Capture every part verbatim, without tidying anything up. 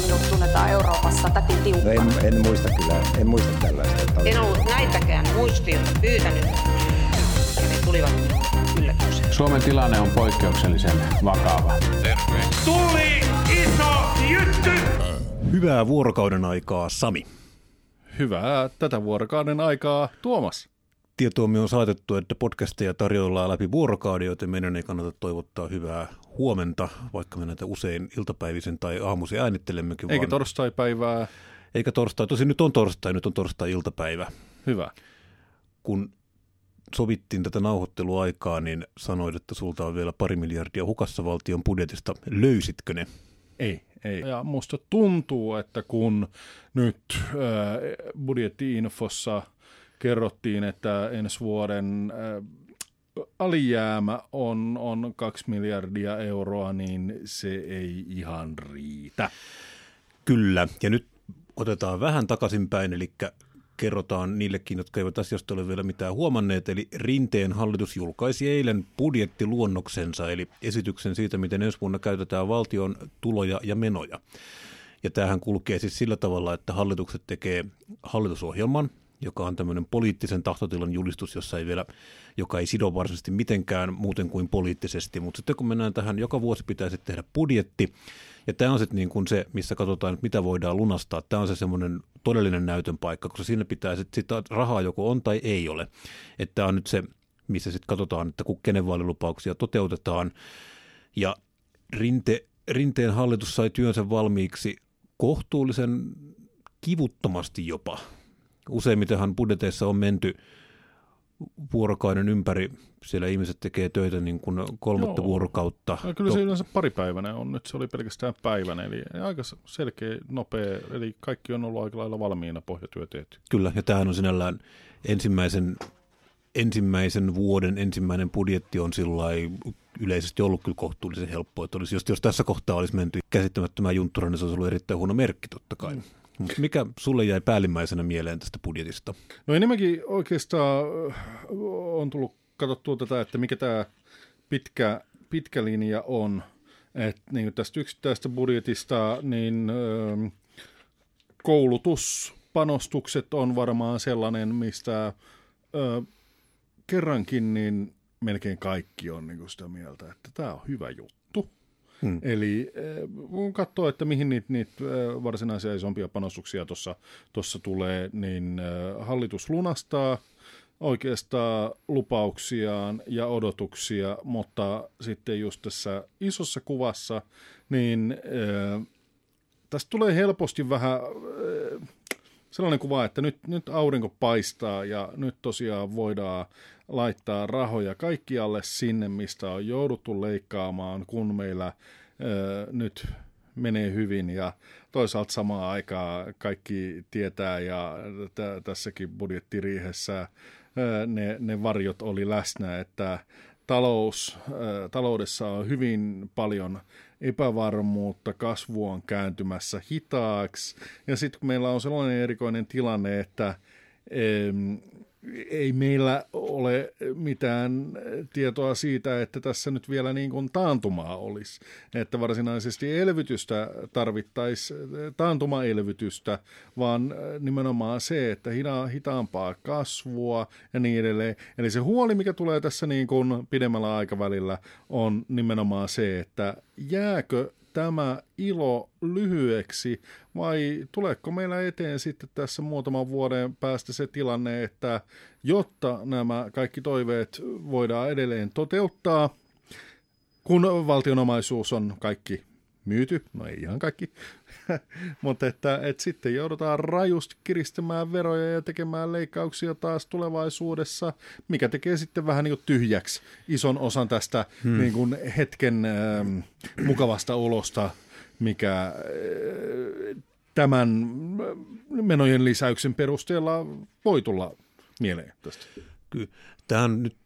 minut tunnetaan Euroopassa tätin tiukkana. No en, en muista kyllä, en muista tällaista. Että en ollut näitäkään muistiota pyytänyt, ja ne tulivat yllätyksen. Suomen tilanne on poikkeuksellisen vakava. Terve. Tuli iso jytty! Hyvää vuorokauden aikaa, Sami. Hyvää tätä vuorokauden aikaa, Tuomas. Tietoamme on saatettu, että podcasteja tarjoillaan läpi vuorokauden, joten meidän ei kannata toivottaa hyvää huomenta, vaikka me näitä usein iltapäivisen tai aamuisin äänittelemmekin. Eikä vaan... torstaipäivää. Eikä torstai. Tosin nyt on torstai, nyt on torstai-iltapäivä. Hyvä. Kun sovittiin tätä nauhoitteluaikaa, niin sanoit, että sulta on vielä pari miljardia hukassa valtion budjetista. Löysitkö ne? Ei, ei. Ja musta tuntuu, että kun nyt äh, budjetti-infossa kerrottiin, että ensi vuoden äh, alijäämä on, on kaksi miljardia euroa, niin se ei ihan riitä. Kyllä, ja nyt otetaan vähän takaisinpäin, eli kerrotaan niillekin, jotka eivät asiasta ole vielä mitään huomanneet. Eli Rinteen hallitus julkaisi eilen budjettiluonnoksensa, eli esityksen siitä, miten ensi vuonna käytetään valtion tuloja ja menoja. Ja tämähän kulkee siis sillä tavalla, että hallitukset tekee hallitusohjelman, joka on tämmöinen poliittisen tahtotilan julistus, jossa ei vielä, joka ei sido varsinaisesti mitenkään muuten kuin poliittisesti. Mutta sitten kun mennään tähän, joka vuosi pitäisi tehdä budjetti, ja tämä on sitten niin kuin se, missä katsotaan, että mitä voidaan lunastaa. Tämä on se semmoinen todellinen näytön paikka, koska siinä pitää sitten sit rahaa joko on tai ei ole. Että tämä on nyt se, missä sitten katsotaan, että kun kenen vaalilupauksia toteutetaan. Ja Rinte, Rinteen hallitus sai työnsä valmiiksi kohtuullisen kivuttomasti jopa. Useimmitenhan budjeteissa on menty vuorokauden ympäri. Siellä ihmiset tekee töitä niin kuin kolmatta Joo. vuorokautta. Ja kyllä se yleensä paripäiväinen on. Nyt se oli pelkästään päiväinen, eli aika selkeä, nopea. Eli kaikki on ollut aika lailla valmiina, pohjatyö tehty. Kyllä, ja tämähän on sinällään ensimmäisen, ensimmäisen vuoden ensimmäinen budjetti on sillai yleisesti ollut kyllä kohtuullisen helppoa. Että olisi, jos, jos tässä kohtaa olisi menty käsittämättömään juntturaan, niin se olisi ollut erittäin huono merkki totta kai. Mm. Mikä sulle jäi päällimmäisenä mieleen tästä budjetista? No enemmänkin oikeastaan on tullut katsottua tätä, että mikä tämä pitkä, pitkä linja on. Että niin tästä yksittäisestä budjetista niin ö, koulutuspanostukset on varmaan sellainen, mistä ö, kerrankin niin melkein kaikki on niin sitä mieltä, että tämä on hyvä juttu. Hmm. Eli kun katsoo, että mihin niitä, niitä varsinaisia isompia panostuksia tuossa tulee, niin hallitus lunastaa oikeastaan lupauksiaan ja odotuksia, mutta sitten just tässä isossa kuvassa, niin äh, tästä tulee helposti vähän äh, sellainen kuva, että nyt, nyt aurinko paistaa ja nyt tosiaan voidaan laittaa rahoja kaikkialle sinne, mistä on jouduttu leikkaamaan, kun meillä äh, nyt menee hyvin ja toisaalta samaan aikaan kaikki tietää ja t- tässäkin budjettiriihessä Ne, ne varjot oli läsnä, että talous, äh, taloudessa on hyvin paljon epävarmuutta, kasvu on kääntymässä hitaaksi, ja sitten kun meillä on sellainen erikoinen tilanne, että ähm, ei meillä ole mitään tietoa siitä, että tässä nyt vielä niin kuin taantumaa olisi, että varsinaisesti elvytystä tarvittaisiin, taantumaelvytystä, vaan nimenomaan se, että hita- hitaampaa kasvua ja niin edelleen. Eli se huoli, mikä tulee tässä niin kuin pidemmällä aikavälillä, on nimenomaan se, että jääkö tämä ilo lyhyeksi vai tuleeko meillä eteen sitten tässä muutaman vuoden päästä se tilanne, että jotta nämä kaikki toiveet voidaan edelleen toteuttaa, kun valtionomaisuus on kaikki myyty, no ei ihan kaikki, mutta että, että sitten joudutaan rajusti kiristämään veroja ja tekemään leikkauksia taas tulevaisuudessa, mikä tekee sitten vähän niin kuin tyhjäksi ison osan tästä hmm. niin kuin hetken ähm, mukavasta olosta, mikä äh, tämän menojen lisäyksen perusteella voi tulla mieleen tästä. Kyllä, tämä on nyt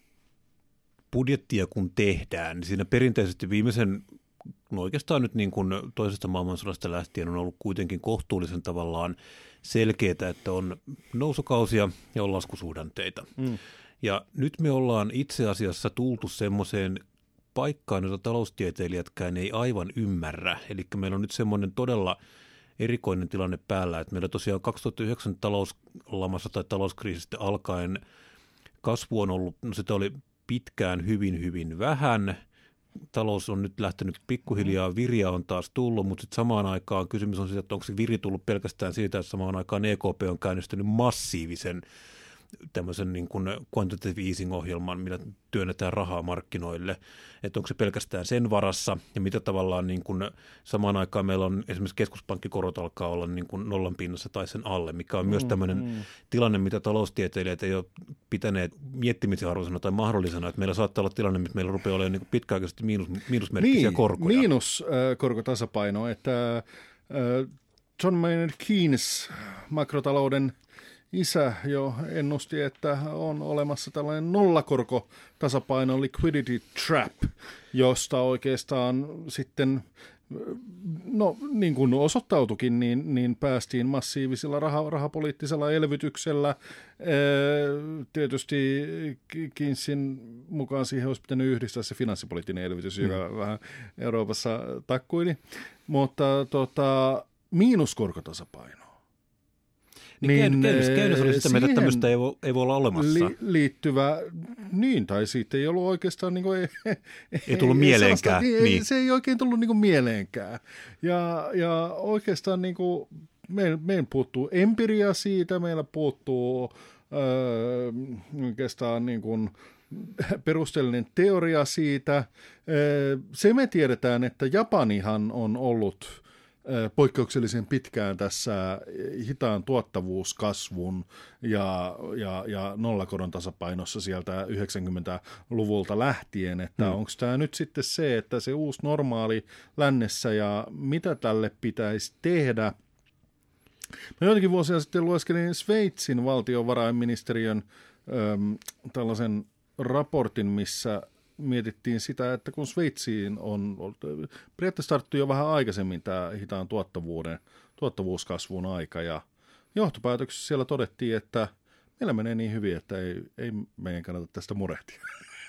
budjettia kun tehdään, niin siinä perinteisesti viimeisen no oikeastaan nyt niin kuin toisesta maailmansodasta lähtien on ollut kuitenkin kohtuullisen tavallaan selkeää, että on nousukausia ja on laskusuhdanteita. Mm. Ja nyt me ollaan itse asiassa tultu semmoiseen paikkaan, jota taloustieteilijätkään ei aivan ymmärrä. Eli meillä on nyt semmoinen todella erikoinen tilanne päällä, että meillä tosiaan kaksituhattayhdeksän talouslamassa tai talouskriisistä alkaen kasvu on ollut, no sitä oli pitkään hyvin, hyvin vähän. Talous on nyt lähtenyt pikkuhiljaa, viriä on taas tullut, mutta sitten samaan aikaan kysymys on siitä, että onko se viri tullut pelkästään siitä, että samaan aikaan E K P on käynnistänyt massiivisen tämmöisen niin kuin quantitative easing-ohjelman, millä työnnetään rahaa markkinoille, että onko se pelkästään sen varassa ja mitä tavallaan niin kuin samaan aikaan meillä on esimerkiksi keskuspankkikorot alkaa olla niin kuin nollan pinnassa tai sen alle, mikä on myös tämmöinen mm, mm. tilanne, mitä taloustieteilijät ei ole pitäneet miettimisen arvoisena tai mahdollisena, että meillä saattaa olla tilanne, missä meillä rupeaa olemaan niin kuin pitkäaikaisesti miinus, miinusmerkkisiä niin, korkoja. Miinuskorkotasapaino, äh, että äh, John Maynard Keynes, makrotalouden isä, jo ennusti, että on olemassa tällainen nollakorkotasapaino liquidity trap, josta oikeastaan sitten, no niin kuin osoittautukin, niin, niin päästiin massiivisella rah- rahapoliittisella elvytyksellä. Tietysti Keynesin mukaan siihen olisi pitänyt yhdistää se finanssipoliittinen elvytys, mm. joka vähän Euroopassa takkuili, mutta tota, miinuskorkotasapaino. Niin, niin Keynes oli sitä mieltä, että tämmöistä ei voi, ei voi olla olemassa. Li, liittyvä, niin, tai siitä ei ollut oikeastaan, niin kuin, ei, ei tullut ei, mieleenkään. Niin, niin. Se ei oikein tullut niin kuin mieleenkään. Ja, ja oikeastaan niin kuin, meillä, meillä puuttuu empiria siitä, meillä puuttuu öö, oikeastaan niin kuin, perusteellinen teoria siitä. Se me tiedetään, että Japanihan on ollut poikkeuksellisen pitkään tässä hitaan tuottavuuskasvun ja, ja, ja nollakoron tasapainossa sieltä yhdeksänkymmentäluvulta lähtien, että hmm. onko tämä nyt sitten se, että se uusi normaali lännessä ja mitä tälle pitäisi tehdä. Mä joitakin vuosia sitten lueskelin Sveitsin valtiovarainministeriön äm, tällaisen raportin, missä mietittiin sitä, että kun Sveitsiin on, periaatteessa tarttui jo vähän aikaisemmin tämä hitaan tuottavuuden, tuottavuuskasvun aika, ja johtopäätöksessä siellä todettiin, että meillä menee niin hyvin, että ei, ei meidän kannata tästä murehtia.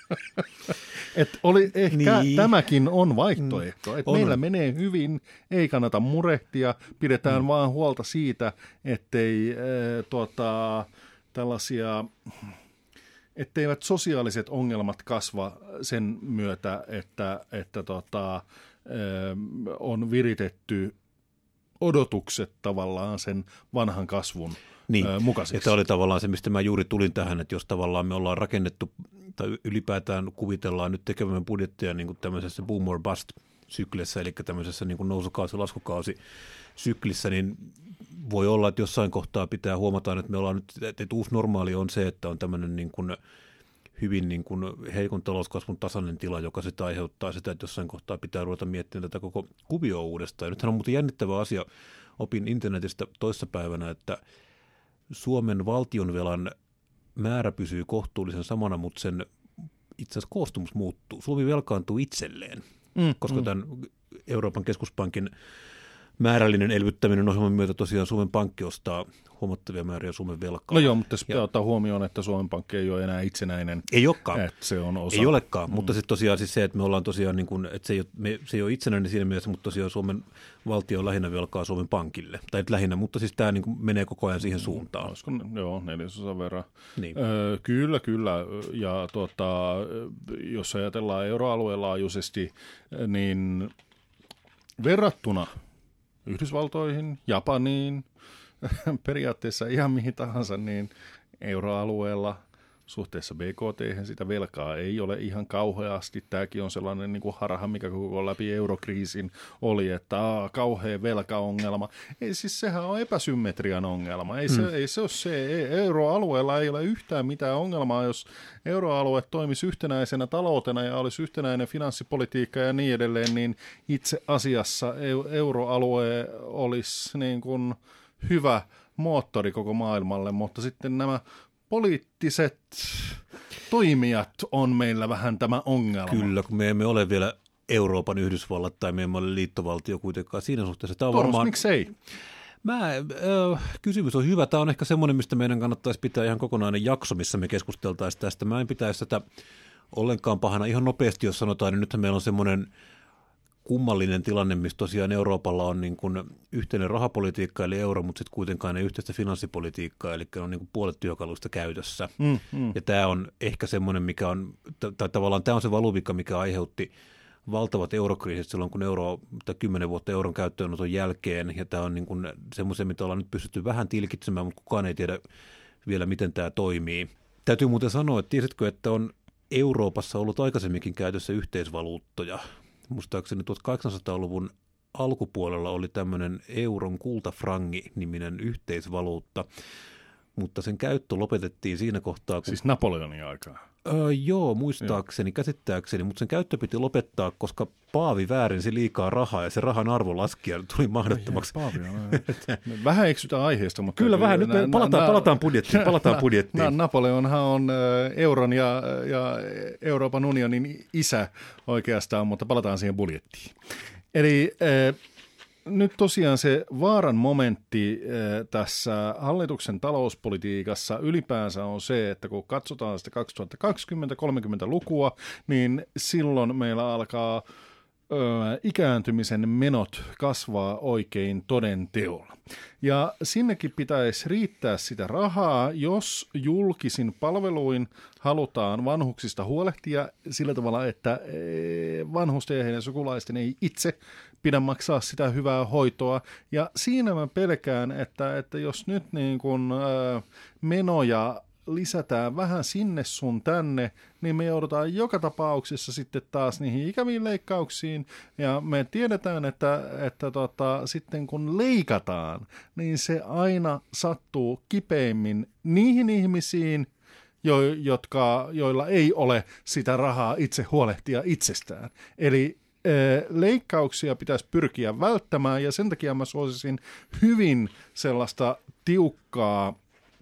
Et oli ehkä niin. Tämäkin on vaihtoehto, että meillä menee hyvin, ei kannata murehtia, pidetään mm. vaan huolta siitä, ettei äh, tuota, tällaisia... etteivät sosiaaliset ongelmat kasva sen myötä, että, että tota, on viritetty odotukset tavallaan sen vanhan kasvun niin. mukaiseksi. Ja tämä oli tavallaan se, mistä mä juuri tulin tähän, että jos tavallaan me ollaan rakennettu tai ylipäätään kuvitellaan nyt tekemämme budjettia niin kuin tämmöisessä boom or bust -syklissä, eli tämmöisessä niin kuin nousukausi-laskukausi-syklissä, niin voi olla, että jossain kohtaa pitää huomata, että me ollaan nyt, että uusi normaali on se, että on tämmöinen niin kuin hyvin niin kuin heikon talouskasvun tasainen tila, joka sitä aiheuttaa sitä, että jossain kohtaa pitää ruveta miettimään tätä koko kuvioa uudestaan. Ja nythän on muuten jännittävä asia, opin internetistä toissapäivänä, että Suomen valtionvelan määrä pysyy kohtuullisen samana, mutta sen itse asiassa koostumus muuttuu. Suomi velkaantuu itselleen, mm, koska mm. tämän Euroopan keskuspankin määrällinen elvyttäminen ohjelman myötä tosiaan Suomen Pankki ostaa huomattavia määriä Suomen velkaa. No joo, mutta tässä pitää ottaa huomioon, että Suomen Pankki ei ole enää itsenäinen. Ei olekaan. Että se on osa. Ei olekaan, mm. mutta sitten tosiaan siis se, että me ollaan tosiaan, niin kuin, että se ei, ole, me, se ei ole itsenäinen siinä mielessä, mutta tosiaan Suomen valtio on lähinnä velkaa Suomen Pankille. Tai lähinnä, mutta siis tämä niin kuin menee koko ajan siihen suuntaan. Olisiko, joo, neljäsosan verran. Niin. Öö, kyllä, kyllä. Ja tuota, jos ajatellaan euroalueen laajuisesti, niin verrattuna Yhdysvaltoihin, Japaniin, periaatteessa ihan mihin tahansa, niin euroalueella suhteessa B K T:hen sitä velkaa ei ole ihan kauheasti. Tämäkin on sellainen niin kuin harha, mikä koko läpi eurokriisin oli, että aa, kauhea velkaongelma. Ei, siis sehän on epäsymmetrian ongelma. Ei, hmm. se, ei se ole se. Euroalueella ei ole yhtään mitään ongelmaa, jos euroalue toimisi yhtenäisenä taloutena ja olisi yhtenäinen finanssipolitiikka ja niin edelleen, niin itse asiassa euroalue olisi niin kuin hyvä moottori koko maailmalle, mutta sitten nämä poliittiset toimijat on meillä vähän tämä ongelma. Kyllä, kun me emme ole vielä Euroopan Yhdysvallat tai me emme ole liittovaltio kuitenkaan siinä suhteessa. Tämä on Tuomus, varmaan... miksei? Mä, äh, kysymys on hyvä. Tämä on ehkä semmoinen, mistä meidän kannattaisi pitää ihan kokonainen jakso, missä me keskusteltaisiin tästä. Mä en pitäisi tätä ollenkaan pahana. Ihan nopeasti, jos sanotaan, niin nythän meillä on semmoinen kummallinen tilanne, missä tosiaan Euroopalla on niin kuin yhteinen rahapolitiikka eli euro, mutta sitten kuitenkaan ei yhteistä finanssipolitiikkaa, eli on niin kuin puolet työkaluista käytössä. Mm, mm. Ja tämä on ehkä semmoinen, mikä on, tai tavallaan tämä on se valuvika, mikä aiheutti valtavat eurokriisit silloin, kun euro, tai kymmenen vuotta euron käyttöönoton jälkeen, ja tämä on niin kuin semmoisen, mitä ollaan nyt pystytty vähän tilkitsemään, mutta kukaan ei tiedä vielä, miten tämä toimii. Täytyy muuten sanoa, että tiesitkö, että on Euroopassa ollut aikaisemminkin käytössä yhteisvaluuttoja. Muistaakseni tuhatkahdeksansataaluvun alkupuolella oli tämmöinen euron kultafrangi-niminen yhteisvaluutta, mutta sen käyttö lopetettiin siinä kohtaa, kun... Siis Napoleonin aikaa? Öö, joo, muistaakseni, joo. käsittääkseni, mutta sen käyttö piti lopettaa, koska paavi väärinsi liikaa rahaa ja se rahan arvo laski ja tuli mahdottomaksi. Paavi on vähän eksytään aiheesta, mutta... Kyllä vähän, nyt nä, palataan, nä, palataan budjettiin. Palataan nä, budjettiin. Nä, Napoleonhan on euron ja, ja Euroopan unionin isä oikeastaan, mutta palataan siihen budjettiin. Eli... Äh, Nyt tosiaan se vaaran momentti tässä hallituksen talouspolitiikassa ylipäänsä on se, että kun katsotaan sitä kaksituhattakaksikymmentä kolmekymmentä lukua, niin silloin meillä alkaa ö, ikääntymisen menot kasvaa oikein toden teolla. Ja sinnekin pitäisi riittää sitä rahaa, jos julkisin palveluin halutaan vanhuksista huolehtia sillä tavalla, että vanhusten ja heidän sukulaisten ei itse pidä maksaa sitä hyvää hoitoa. Ja siinä mä pelkään, että, että jos nyt niin kun, ää, menoja lisätään vähän sinne sun tänne, niin me joudutaan joka tapauksessa sitten taas niihin ikäviin leikkauksiin. Ja me tiedetään, että, että tota, sitten kun leikataan, niin se aina sattuu kipeimmin niihin ihmisiin, jo, jotka, joilla ei ole sitä rahaa itse huolehtia itsestään. Eli leikkauksia pitäisi pyrkiä välttämään, ja sen takia mä suosisin hyvin sellaista tiukkaa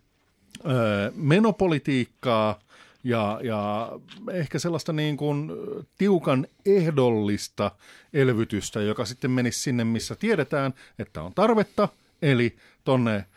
ö, menopolitiikkaa ja, ja ehkä sellaista niin kuin tiukan ehdollista elvytystä, joka sitten menisi sinne, missä tiedetään, että on tarvetta, eli tonne ö,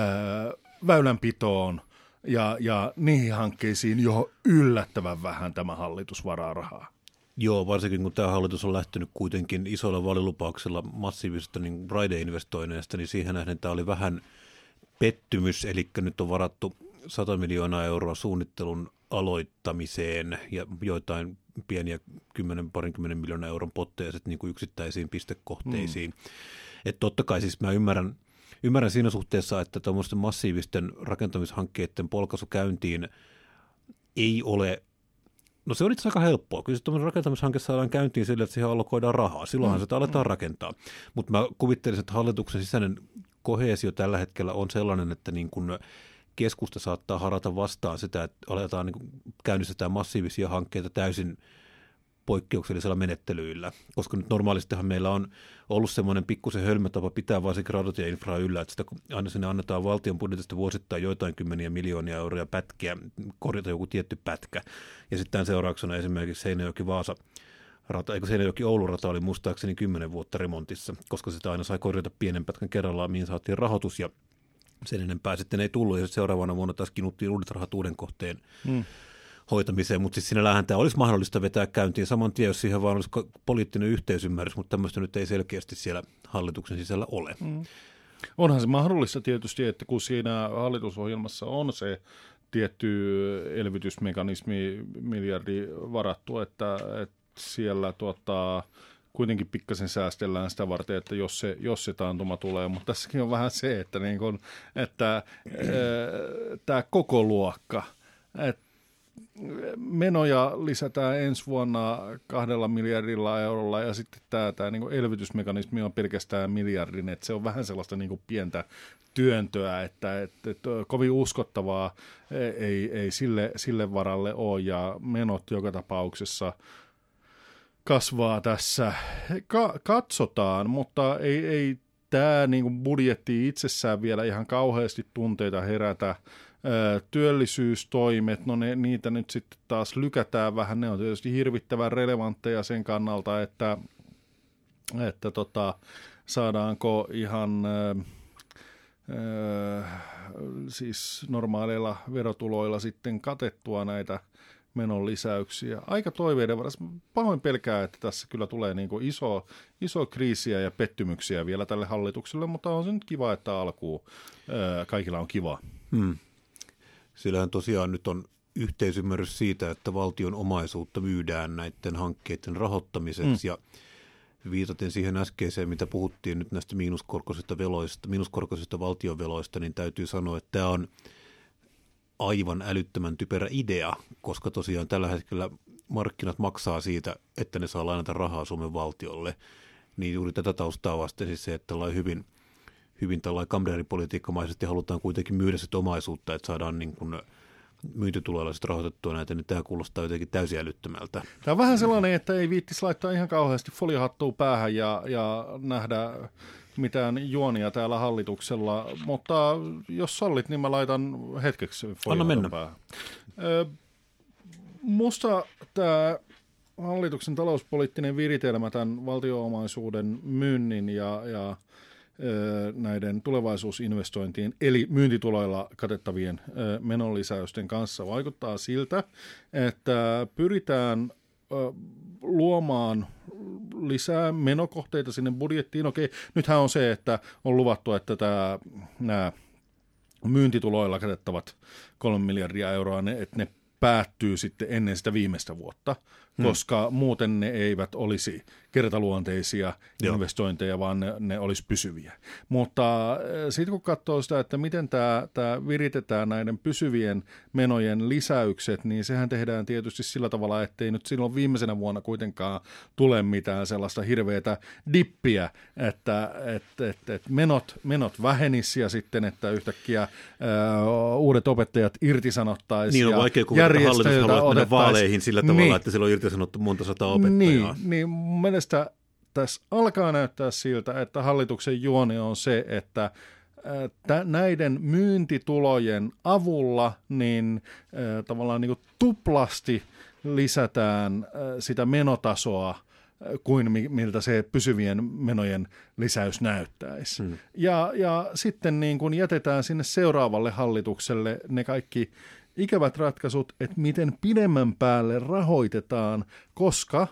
väylänpitoon ja, ja niihin hankkeisiin, johon yllättävän vähän tämä hallitus varaa rahaa. Joo, varsinkin kun tämä hallitus on lähtenyt kuitenkin isoilla vaalilupauksilla massiivisesta niin raideinvestoinneista, niin siihen nähden tämä oli vähän pettymys, eli nyt on varattu sata miljoonaa euroa suunnittelun aloittamiseen ja joitain pieniä kymmenen, parinkymmenen miljoonaa euron potteja niin kuin yksittäisiin pistekohteisiin. Mm. Että totta kai siis mä ymmärrän, ymmärrän siinä suhteessa, että tuommoisten massiivisten rakentamishankkeiden polkaisu käyntiin ei ole. No se on itse aika helppoa. Kyllä se tuommoinen rakentamishanke saadaan käyntiin sillä, että siihen allokoidaan rahaa. Silloinhan mm. sitä aletaan rakentaa. Mutta mä kuvittelisin, että hallituksen sisäinen koheesio tällä hetkellä on sellainen, että niin kun keskusta saattaa harata vastaan sitä, että aletaan niin kun käynnistetään massiivisia hankkeita täysin poikkeuksellisella menettelyillä. Koska nyt normaalistihan meillä on ollut semmoinen pikkusen hölmötapa pitää varsinkin rautatieinfraa yllä, että sitä aina sinne annetaan valtion budjetista vuosittain joitain kymmeniä miljoonia euroja pätkiä, korjata joku tietty pätkä. Ja sitten tämän seurauksena esimerkiksi Seinäjoki-Vaasa rata, eikö Seinäjoki-Oulu-rata oli muistaakseni kymmenen vuotta remontissa, koska sitä aina sai korjata pienen pätkän kerrallaan, mihin saatiin rahoitus ja sen enempää sitten ei tullut. Ja seuraavana vuonna taas kinuttiin uudet rahat uuden kohteen hmm. hoitamiseen, mutta siis sinällähän tämä olisi mahdollista vetää käyntiin saman tien, jos siihen vaan olisi poliittinen yhteisymmärrys, mutta tämmöistä nyt ei selkeästi siellä hallituksen sisällä ole. Mm. Onhan se mahdollista tietysti, että kun siinä hallitusohjelmassa on se tietty elvytysmekanismi miljardi varattu, että, että siellä tuota, kuitenkin pikkasen säästellään sitä varten, että jos se, jos se taantuma tulee, mutta tässäkin on vähän se, että, niin kun, että tämä koko luokka, että menoja lisätään ensi vuonna kahdella miljardilla eurolla ja sitten tämä, tämä niin kuin elvytysmekanismi on pelkästään miljardin, että se on vähän sellaista niin kuin pientä työntöä, että, että, että kovin uskottavaa ei, ei sille, sille varalle ole ja menot joka tapauksessa kasvaa tässä. Ka- katsotaan, mutta ei, ei tämä niin kuin budjetti itsessään vielä ihan kauheasti tunteita herätä. Työllisyystoimet, no ne, niitä nyt sitten taas lykätään vähän, ne on tietysti hirvittävän relevantteja sen kannalta, että, että tota, saadaanko ihan äh, siis normaaleilla verotuloilla sitten katettua näitä, menon lisäyksiä. Aika toiveiden varassa. Pahoin pelkää, että tässä kyllä tulee niin kuin iso, iso kriisiä ja pettymyksiä vielä tälle hallitukselle, mutta on se nyt kiva, että alkuun ää, kaikilla on kiva. Hmm. Sillähän tosiaan nyt on yhteisymmärrys siitä, että valtion omaisuutta myydään näiden hankkeiden rahoittamiseksi hmm. ja viitaten siihen äskeiseen, mitä puhuttiin nyt näistä miinuskorkoisista veloista, miinuskorkoisista valtionveloista, niin täytyy sanoa, että tämä on aivan älyttömän typerä idea, koska tosiaan tällä hetkellä markkinat maksaa siitä, että ne saa lainata rahaa Suomen valtiolle. Niin juuri tätä taustaa vasten siis se, että tällainen hyvin, hyvin tällainen kamreeripolitiikkamaisesti halutaan kuitenkin myydä sitä omaisuutta, että saadaan niin kuin myyntituloilla sitten rahoitettua näitä, niin tämä kuulostaa jotenkin täysin älyttömältä. Tämä on vähän sellainen, että ei viittisi laittaa ihan kauheasti foliohattua päähän ja, ja nähdä mitään juonia täällä hallituksella, mutta jos sallit, niin mä laitan hetkeksi foliohattua päähän. Musta tämä hallituksen talouspoliittinen viritelmä tämän valtio-omaisuuden myynnin ja, ja näiden tulevaisuusinvestointien, eli myyntituloilla katettavien menonlisäysten kanssa vaikuttaa siltä, että pyritään luomaan lisää menokohteita sinne budjettiin. Okei, nythän on se, että on luvattu, että tämä, nämä myyntituloilla katettavat kolme miljardia euroa, ne, että ne päättyy sitten ennen sitä viimeistä vuotta, hmm. koska muuten ne eivät olisi kertaluonteisia Joo. investointeja, vaan ne, ne olisi pysyviä. Mutta sitten kun katsoo sitä, että miten tämä, tämä viritetään näiden pysyvien menojen lisäykset, niin sehän tehdään tietysti sillä tavalla, ettei nyt silloin viimeisenä vuonna kuitenkaan tule mitään sellaista hirveätä dippiä, että et, et, et menot, menot vähenisi ja sitten, että yhtäkkiä ää, uudet opettajat irtisanottaisiin. Niin on vaikea kuvata, että hallitus haluaa mennä vaaleihin sillä tavalla, niin, että siellä on irtisanottu monta sataa opettajaa. Niin, niin mun mielestä tässä alkaa näyttää siltä, että hallituksen juoni on se, että tä, näiden myyntitulojen avulla niin äh, tavallaan niin kuin tuplasti lisätään äh, sitä menotasoa kuin miltä se pysyvien menojen lisäys näyttäisi. Hmm. Ja, ja sitten niin kuin jätetään sinne seuraavalle hallitukselle ne kaikki ikävät ratkaisut, että miten pidemmän päälle rahoitetaan, koska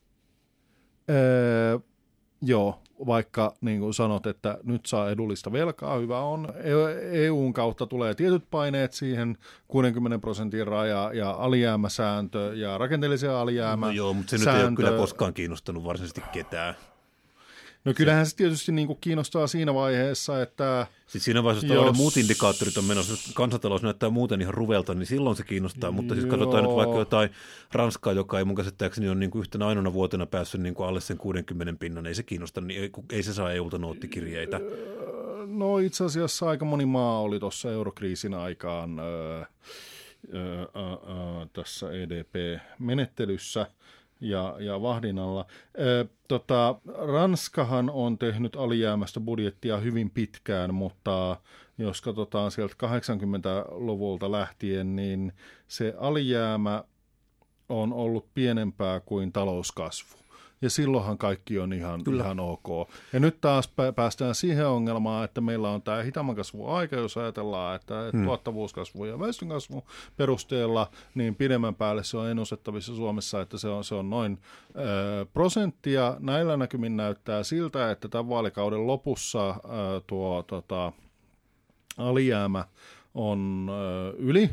Öö, joo, vaikka niin kuin sanot, että nyt saa edullista velkaa, hyvä on. E U:n kautta tulee tietyt paineet siihen, kuudenkymmenen prosentin raja ja alijäämäsääntö ja rakenteellisen alijäämä. No joo, mutta se sääntö. Nyt ei ole kyllä koskaan kiinnostanut varsinaisesti ketään. No kyllähän se tietysti niin kuin kiinnostaa siinä vaiheessa, että sitten siinä vaiheessa, jos talouden muut indikaattorit on menossa, jos kansantalous näyttää muuten ihan ruvelta, niin silloin se kiinnostaa. Mutta siis katsotaan nyt vaikka jotain Ranskaa, joka ei mun käsittääkseni ole niin kuin yhtenä ainoana vuotena päässyt niin kuin alle sen kuudenkymmenen pinnan, ei se kiinnosta, niin ei, ei se saa E U:lta noottikirjeitä. No itse asiassa aika moni maa oli tuossa eurokriisin aikaan öö, öö, öö, tässä E D P-menettelyssä. Ja, ja vahdinnalla. E, tota, Ranskahan on tehnyt alijäämästä budjettia hyvin pitkään, mutta jos katsotaan sieltä kahdeksankymmentäluvulta lähtien, niin se alijäämä on ollut pienempää kuin talouskasvu. Ja silloinhan kaikki on ihan, ihan ok. Ja nyt taas päästään siihen ongelmaan, että meillä on tämä hitaamman kasvun aika, jos ajatellaan, että hmm. tuottavuuskasvu ja väestönkasvu perusteella, niin pidemmän päälle se on ennustettavissa Suomessa, että se on, se on noin ö, prosenttia. Näillä näkymin näyttää siltä, että tämän vaalikauden lopussa ö, tuo tota, alijäämä on ö, yli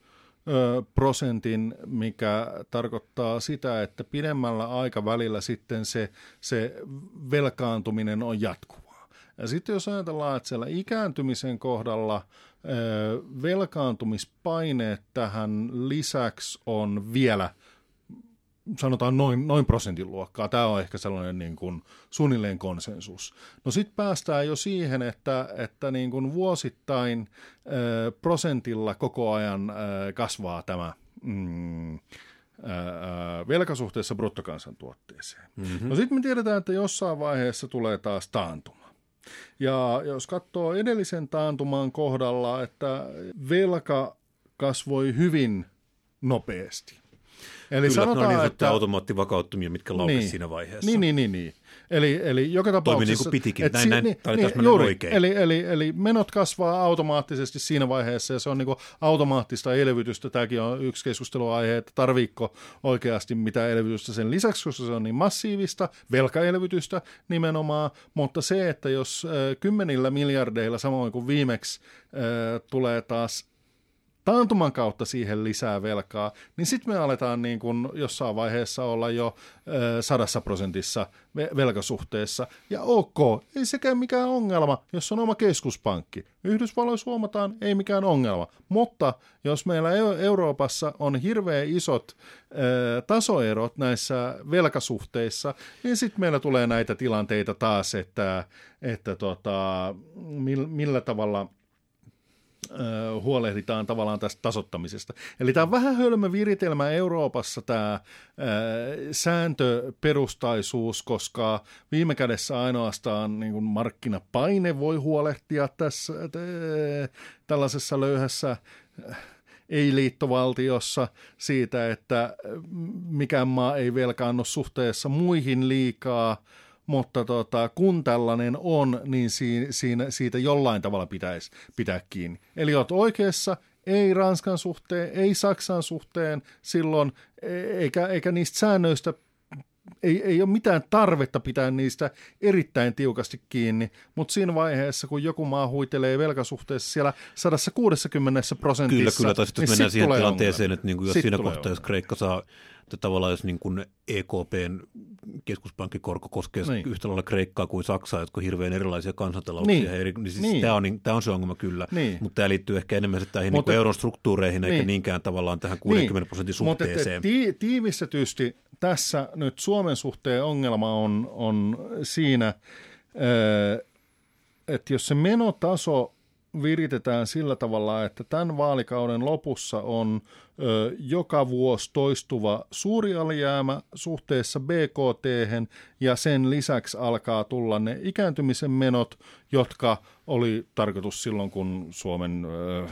prosentin, mikä tarkoittaa sitä, että pidemmällä aikavälillä sitten se, se velkaantuminen on jatkuvaa. Ja sitten jos ajatellaan, että siellä ikääntymisen kohdalla velkaantumispaineet tähän lisäksi on vielä sanotaan noin, noin prosentin luokkaa. Tämä on ehkä sellainen niin kuin suunnilleen konsensus. No sitten päästään jo siihen, että, että niin kuin vuosittain ö, prosentilla koko ajan ö, kasvaa tämä mm, ö, velkasuhteessa bruttokansantuotteeseen. Mm-hmm. No sitten me tiedetään, että jossain vaiheessa tulee taas taantuma. Ja jos katsoo edellisen taantuman kohdalla, että velka kasvoi hyvin nopeasti. Eli Kyllä, sanotaan, no niin, että automaattivakauttumia, mitkä laukesivat niin, siinä vaiheessa. Niin, niin, niin, niin. Eli, eli joka tapauksessa... Toimi niin kuin pitikin, et näin, si- näin, niin, tämä oli niin, täsmälleen juuri, oikein. Eli, eli, eli menot kasvaa automaattisesti siinä vaiheessa, ja se on niin kuin automaattista elvytystä. Tämäkin on yksi keskusteluaihe, että tarviiko oikeasti mitä elvytystä sen lisäksi, koska se on niin massiivista, velkaelvytystä nimenomaan, mutta se, että jos äh, kymmenillä miljardeilla, samoin kuin viimeksi, äh, tulee taas taantuman kautta siihen lisää velkaa, niin sitten me aletaan niin kuin jossain vaiheessa olla jo ö, sadassa prosentissa velkasuhteessa. Ja ok, ei sekään mikään ongelma, jos on oma keskuspankki. Yhdysvalloissa huomataan, ei mikään ongelma. Mutta jos meillä Euroopassa on hirveän isot ö, tasoerot näissä velkasuhteissa, niin sitten meillä tulee näitä tilanteita taas, että, että tota, millä tavalla huolehditaan tavallaan tästä tasoittamisesta. Eli tämä on vähän hölmö viritelmä Euroopassa tämä ää, sääntöperustaisuus, koska viime kädessä ainoastaan niin kuin markkinapaine voi huolehtia tässä ää, tällaisessa löyhässä ei-liittovaltiossa siitä, että mikään maa ei velkaannu suhteessa muihin liikaa, mutta tota, kun tällainen on, niin siinä, siinä, siitä jollain tavalla pitäisi pitää kiinni. Eli olet oikeassa, ei Ranskan suhteen, ei Saksan suhteen silloin, eikä, eikä niistä säännöistä, ei, ei ole mitään tarvetta pitää niistä erittäin tiukasti kiinni, mutta siinä vaiheessa, kun joku maa huitelee velkasuhteessa siellä sata kuusikymmentä prosentissa, Kyllä, kyllä, tai sitten niin mennään sit siihen tilanteeseen, ongelma. että niin kuin jos Sit siinä tulee kohtaa, jos ongelma. Kreikka saa, että tavallaan jos niin kuin E K P:n keskuspankkikorko koskee niin. yhtä lailla Kreikkaa kuin Saksaa, jotka on hirveän erilaisia kansantalouksia, Niin. eri, niin siis Niin. Tämä, on, tämä on se ongelma kyllä, Niin. mutta tämä liittyy ehkä enemmän tähän Mutta- niin euron struktuureihin, eikä Niin. niinkään tavallaan tähän kuusikymmentä prosentin suhteeseen. Mutta ti- tiivistetysti tässä nyt Suomen suhteen ongelma on, on siinä, että jos se menotaso viritetään sillä tavalla, että tämän vaalikauden lopussa on ö, joka vuosi toistuva suuri alijäämä suhteessa B K T:hen ja sen lisäksi alkaa tulla ne ikääntymisen menot, jotka oli tarkoitus silloin, kun Suomen ö,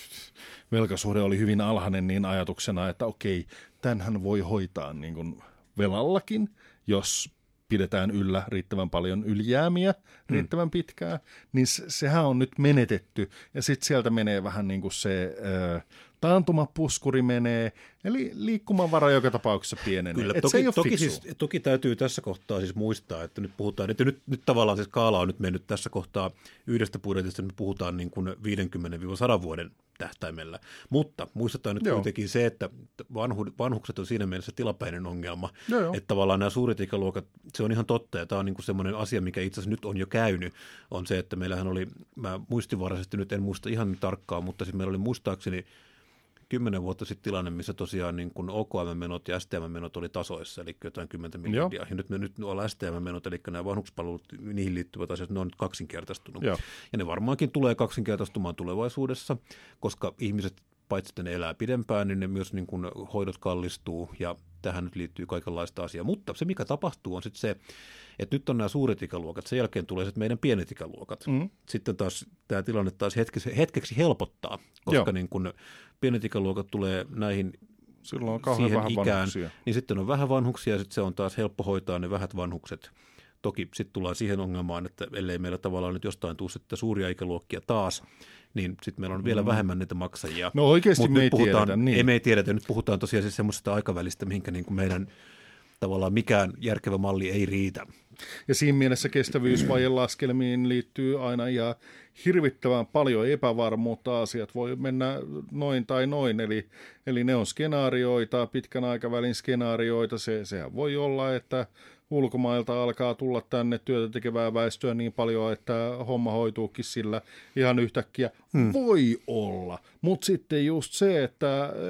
velkasuhde oli hyvin alhainen, niin ajatuksena, että okei, tämänhän voi hoitaa niin kuin velallakin, jos pidetään yllä riittävän paljon ylijäämiä riittävän pitkään, niin se, sehän on nyt menetetty. Ja sitten sieltä menee vähän niin kuin se ö, taantumapuskuri menee, eli liikkumavara joka tapauksessa pienenee. Kyllä, Et toki, se ei ole toki, fiksu. siis, toki täytyy tässä kohtaa siis muistaa, että nyt puhutaan, että nyt, nyt tavallaan se skaala on nyt mennyt tässä kohtaa yhdestä budjetista, nyt puhutaan niin kuin viisikymmentä sadan vuoden tähtäimellä. Mutta muistetaan nyt Joo. kuitenkin se, että vanhu, vanhukset on siinä mielessä tilapäinen ongelma, Joo, joo. että tavallaan nämä suuret ikäluokat, se on ihan totta, ja tämä on niin kuin semmoinen asia, mikä itse asiassa nyt on jo käynyt, on se, että meillähän oli, mä muistinvaraisesti nyt en muista ihan tarkkaan, mutta siis meillä oli muistaakseni kymmenen vuotta sitten tilanne, missä tosiaan niin kuin O K M-menot ja S T M-menot oli tasoissa, eli jotain kymmentä miljardia. Ja nyt me nyt ollaan S T M-menot, eli nämä vanhuspalvelut, niihin liittyvät asiat, ne on nyt kaksinkertaistunut. Joo. Ja ne varmaankin tulee kaksinkertaistumaan tulevaisuudessa, koska ihmiset, paitsi että ne elää pidempään, niin ne myös niin kuin hoidot kallistuu, ja tähän nyt liittyy kaikenlaista asiaa. Mutta se, mikä tapahtuu, on sitten se, että nyt on nämä suuret ikäluokat, sen jälkeen tulee sitten meidän pienet ikäluokat. Mm. Sitten taas tämä tilanne taas hetkeksi, hetkeksi helpottaa, koska niin kun pienet ikäluokat tulee näihin Silloin on kauhean siihen vähän ikään, vanhuksia. niin sitten on vähän vanhuksia, ja sitten se on taas helppo hoitaa ne vähät vanhukset. Toki sitten tullaan siihen ongelmaan, että ellei meillä tavallaan nyt jostain tule sitten suuria ikäluokkia taas, niin sitten meillä on vielä mm. vähemmän niitä maksajia. No oikeasti Mut me ei puhutaan, tiedetä, niin. Ei me ei tiedetä, nyt puhutaan tosiaan siis semmoisesta aikavälistä, mihinkä niin kuin meidän tavallaan mikään järkevä malli ei riitä. Ja siinä mielessä kestävyysvajen laskelmiin liittyy aina ihan hirvittävän paljon epävarmuutta. Asiat voi mennä noin tai noin, eli, eli ne on skenaarioita, pitkän aikavälin skenaarioita. Se, sehän voi olla, että ulkomailta alkaa tulla tänne työtä tekevää väestöä niin paljon, että homma hoituukin sillä ihan yhtäkkiä. Hmm. Voi olla, mutta sitten just se, että äh,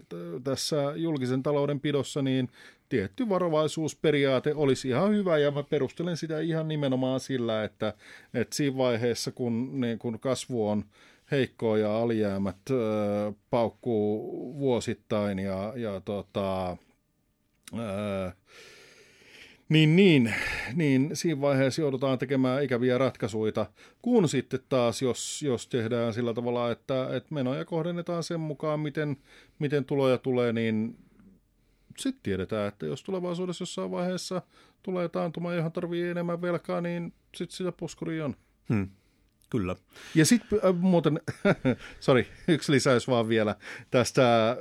tässä julkisen talouden pidossa niin tietty varovaisuusperiaate olisi ihan hyvä, ja mä perustelen sitä ihan nimenomaan sillä, että, että siinä vaiheessa, kun, niin, kun kasvu on heikkoa ja alijäämät äh, paukkuu vuosittain, ja, ja tota, äh, niin, niin, niin siinä vaiheessa joudutaan tekemään ikäviä ratkaisuja, kun sitten taas, jos, jos tehdään sillä tavalla, että, että menoja kohdennetaan sen mukaan, miten, miten tuloja tulee, niin sitten tiedetään, että jos tulevaisuudessa jossain vaiheessa tulee taantuma, johon tarvii enemmän velkaa, niin sitten sitä puskuria on. Hmm. Kyllä. Ja sitten äh, muuten, sori, yksi lisäys vaan vielä tästä äh,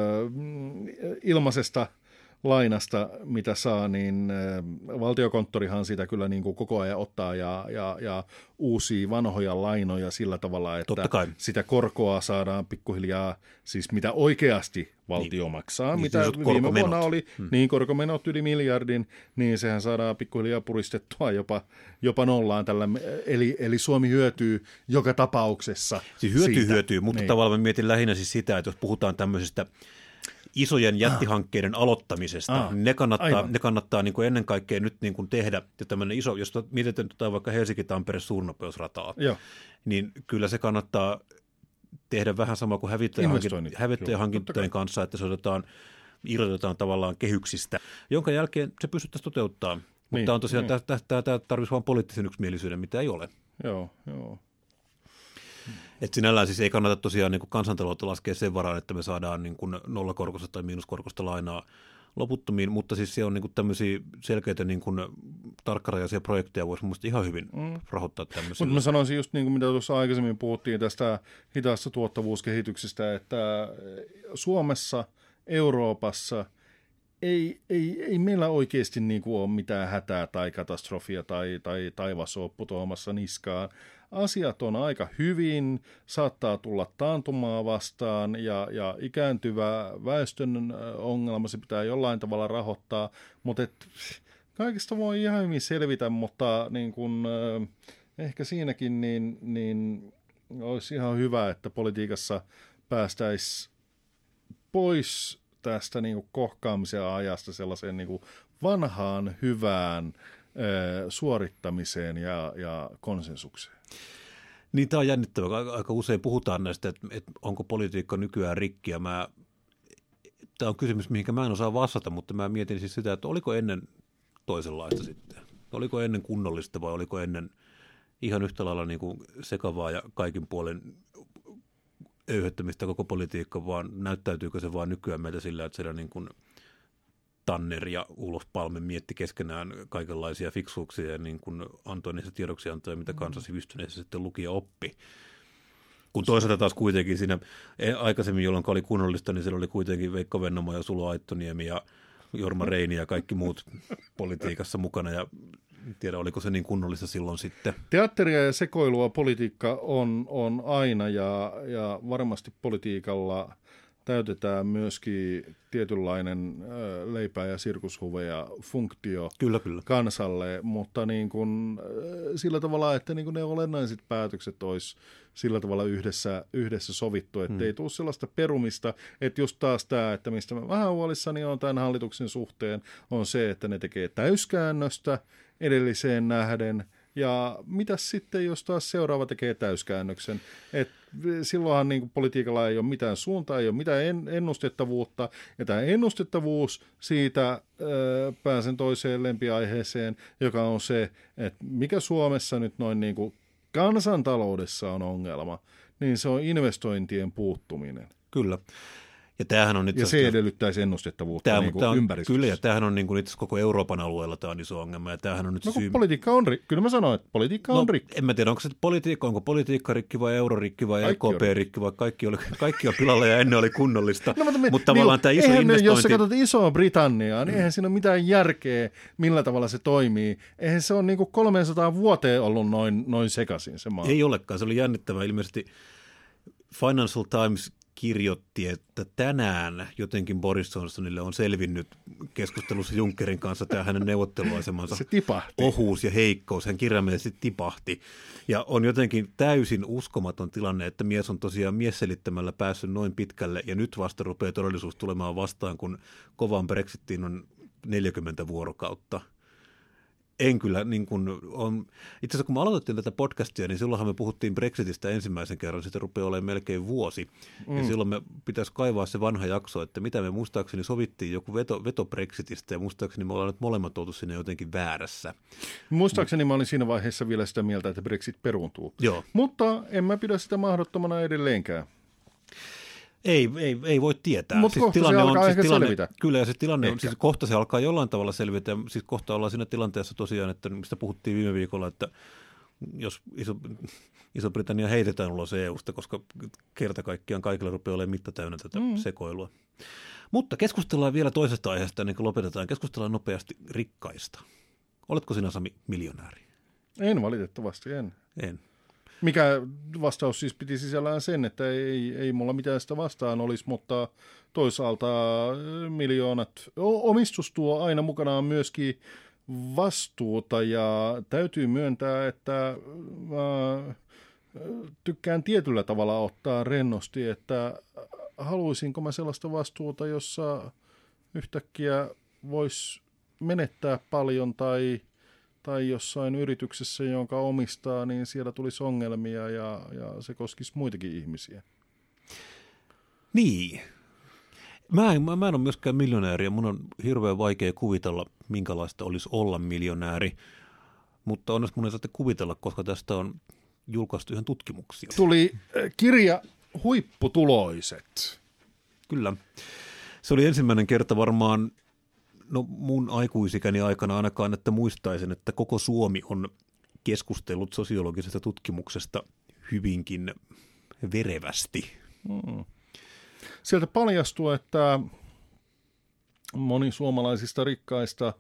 ilmaisesta lainasta, mitä saa, niin äh, valtiokonttorihan sitä kyllä niin kuin koko ajan ottaa ja, ja, ja uusia vanhoja lainoja sillä tavalla, että sitä korkoa saadaan pikkuhiljaa, siis mitä oikeasti valtio niin maksaa, niin, mitä niin viime vuonna oli, hmm. niin korkomenot yli miljardin, niin sehän saadaan pikkuhiljaa puristettua jopa, jopa nollaan tällä, eli, eli Suomi hyötyy joka tapauksessa. Siis hyötyy, siitä. hyötyy, mutta niin. Tavallaan mietin lähinnä siis sitä, että jos puhutaan tämmöisestä isojen jättihankkeiden ah. aloittamisesta, ah. niin ne kannattaa, ne kannattaa niin kuin ennen kaikkea nyt niin kuin tehdä, ja tämmöinen iso, jos mietitään vaikka Helsinki-Tampere suurnopeusrataa, Joo. niin kyllä se kannattaa tehdä vähän sama kuin hävittäjähankintojen kanssa, että se otetaan, irrotetaan tavallaan kehyksistä, jonka jälkeen se pystyttäisiin toteuttamaan. Niin, mutta on tosiaan, niin. tämä tarvitsisi vain poliittisen yksimielisyyden, mitä ei ole. Joo, joo. Että sinällään siis ei kannata tosiaan niin kuin kansantaloutta laskea sen varaan, että me saadaan niin kuin nollakorkoista tai miinuskorkoista lainaa loputtomiin, mutta siis se on niin kuin tämmöisiä selkeitä niin kuin tarkkarajaisia projekteja voisi mun mielestä ihan hyvin mm. rahoittaa tämmöisiä. Mutta mä sanoisin just niin kuin mitä tuossa aikaisemmin puhuttiin tästä hitaasta tuottavuuskehityksestä, että Suomessa, Euroopassa ei, ei, ei meillä oikeasti niin kuin ole mitään hätää tai katastrofia tai, tai taivas ole putoamassa niskaan. Asiat on aika hyvin, saattaa tulla taantumaa vastaan ja, ja ikääntyvä väestön ongelma, se pitää jollain tavalla rahoittaa, mutta et, kaikista voi ihan hyvin selvitä, mutta niin kun, äh, ehkä siinäkin niin, niin olisi ihan hyvä, että politiikassa päästäisiin pois tästä niin kuin kohkaamisen ajasta sellaiseen niin kuin vanhaan hyvään suorittamiseen ja, ja konsensukseen. Niin, tämä on jännittävä. Aika usein puhutaan näistä, että, että onko politiikka nykyään rikki. Ja mä, tämä on kysymys, mihinkä mä en osaa vastata, mutta mä mietin siis sitä, että oliko ennen toisenlaista sitten. Oliko ennen kunnollista vai oliko ennen ihan yhtä lailla niin kuin sekavaa ja kaikin puolen öyhöttämistä koko politiikka, vaan näyttäytyykö se vaan nykyään meitä sillä, että siellä niin kuin Tanner ja Ulof Palme mietti keskenään kaikenlaisia fiksuuksia ja niin kuin antoi niistä tiedoksiantoja, mitä kansa sivistyneessä sitten luki ja oppi. Kun toisaalta taas kuitenkin siinä aikaisemmin, jolloin oli kunnollista, niin siellä oli kuitenkin Veikko Vennamo ja Sulo Aittoniemi ja Jorma Reini ja kaikki muut politiikassa mukana. Ja en tiedä, oliko se niin kunnollista silloin sitten. Teatteria ja sekoilua politiikka on, on aina ja, ja varmasti politiikalla täytetään myöskin tietynlainen äh, leipää ja sirkushuveja funktio kyllä, kyllä. kansalle, mutta niin kun, äh, sillä tavalla, että niin kun ne olennaiset päätökset olisi sillä tavalla yhdessä, yhdessä sovittu, että hmm. ei tule sellaista perumista, että just taas tämä, että mistä mä vähän huolissani on tämän hallituksen suhteen, on se, että ne tekee täyskäännöstä edelliseen nähden. Ja mitäs sitten, jos taas seuraava tekee täyskäännöksen? Et silloinhan niin kuin politiikalla ei ole mitään suuntaa, ei ole mitään ennustettavuutta. Ja tämä ennustettavuus siitä äh, pääsen toiseen lempiaiheeseen, joka on se, että mikä Suomessa nyt noin niin kuin kansantaloudessa on ongelma, niin se on investointien puuttuminen. Kyllä. Ja, tämähän on itse ja se edellyttäisi ennustettavuutta tämä, niin kuin on, ympäristössä. Kyllä, ja tämähän on niin kuin itse koko Euroopan alueella tämä on iso ongelma. Ja tämähän on nyt no syy... politiikka on rikki. Kyllä mä sanoin, että politiikka no, on rikki. En mä tiedä, onko se politiikka, onko politiikka rikki vai eurorikki vai E K P-rikki vai kaikki, oli, kaikki on pilalla ja ennen oli kunnollista. No, mutta, me, mutta tavallaan tämä iso investointi... Jos sä katsot Isoa Britanniaa, niin eihän siinä ole mitään järkeä, millä tavalla se toimii. Eihän se ole niin kuin kolmesataa vuoteen ollut noin, noin sekaisin se maa. Ei olekaan, se oli jännittävää. Ilmeisesti Financial Times kirjoitti, että tänään jotenkin Boris Johnsonille on selvinnyt keskustelussa Junckerin kanssa tämä hänen neuvotteluasemansa ohuus ja heikkous. Hän kirjaimellisesti tipahti. Ja on jotenkin täysin uskomaton tilanne, että mies on tosiaan miesselittämällä päässyt noin pitkälle ja nyt vasta rupeaa todellisuus tulemaan vastaan, kun kovaan Brexitiin on neljäkymmentä vuorokautta. En kyllä, niin kuin on, itse asiassa kun me aloitettiin tätä podcastia, niin silloinhan me puhuttiin Brexitistä ensimmäisen kerran, sitä rupeaa olemaan melkein vuosi. Mm. Ja silloin me pitäisi kaivaa se vanha jakso, että mitä me muistaakseni sovittiin joku veto, veto Brexitistä, ja muistaakseni me ollaan nyt molemmat oltu sinne jotenkin väärässä. Muistaakseni mä olin siinä vaiheessa vielä sitä mieltä, että Brexit peruuntuu. Joo. Mutta en mä pidä sitä mahdottomana edelleenkään. Ei, ei, ei voi tietää. Mutta siis kohta tilanne se alkaa on, ehkä siis tilanne, selvitä. Kyllä, ja siis tilanne on, Ehkä. siis kohta se alkaa jollain tavalla selvitä. Siis kohta ollaan siinä tilanteessa tosiaan, että mistä puhuttiin viime viikolla, että jos Iso, Iso-Britannia heitetään ulos E U:sta, koska kerta kaikkiaan kaikilla rupeaa olemaan mitta täynnä tätä mm. sekoilua. Mutta keskustellaan vielä toisesta aiheesta ennen kuin lopetetaan. Keskustellaan nopeasti rikkaista. Oletko sinä, Sami, miljonääri? En valitettavasti, en. En. Mikä vastaus siis piti sisällään sen, että ei, ei mulla mitään sitä vastaan olisi, mutta toisaalta miljoonat, omistus tuo aina mukanaan myöskin vastuuta ja täytyy myöntää, että mä tykkään tietyllä tavalla ottaa rennosti, että haluaisinko mä sellaista vastuuta, jossa yhtäkkiä voisi menettää paljon tai tai jossain yrityksessä, jonka omistaa, niin siellä tulisi ongelmia ja, ja se koskisi muitakin ihmisiä. Niin. Mä en, mä, mä en ole myöskään miljonääri ja mun on hirveän vaikea kuvitella, minkälaista olisi olla miljonääri, mutta onneksi mun ei saatte kuvitella, koska tästä on julkaistu ihan tutkimuksia. Tuli kirja Huipputuloiset. Kyllä. Se oli ensimmäinen kerta varmaan no mun aikuisikäni aikana ainakaan, että muistaisin, että koko Suomi on keskustellut sosiologisesta tutkimuksesta hyvinkin verevästi. Hmm. Sieltä paljastuu, että moni suomalaisista rikkaista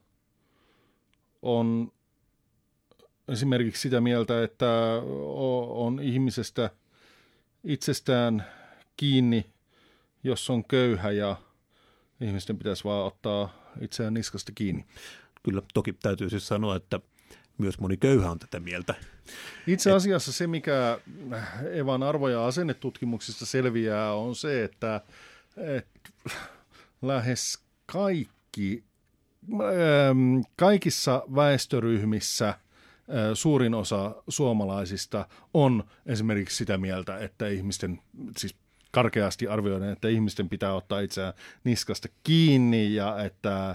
on esimerkiksi sitä mieltä, että on ihmisestä itsestään kiinni, jos on köyhä ja ihmisten pitäisi vaan ottaa itseään niskasta kiinni. Kyllä, toki täytyy siis sanoa, että myös moni köyhä on tätä mieltä. Itse asiassa se, mikä Evan arvo- ja asennetutkimuksista selviää, on se, että, että lähes kaikki, kaikissa väestöryhmissä suurin osa suomalaisista on esimerkiksi sitä mieltä, että ihmisten, siis karkeasti arvioiden, että ihmisten pitää ottaa itseään niskasta kiinni ja että ö,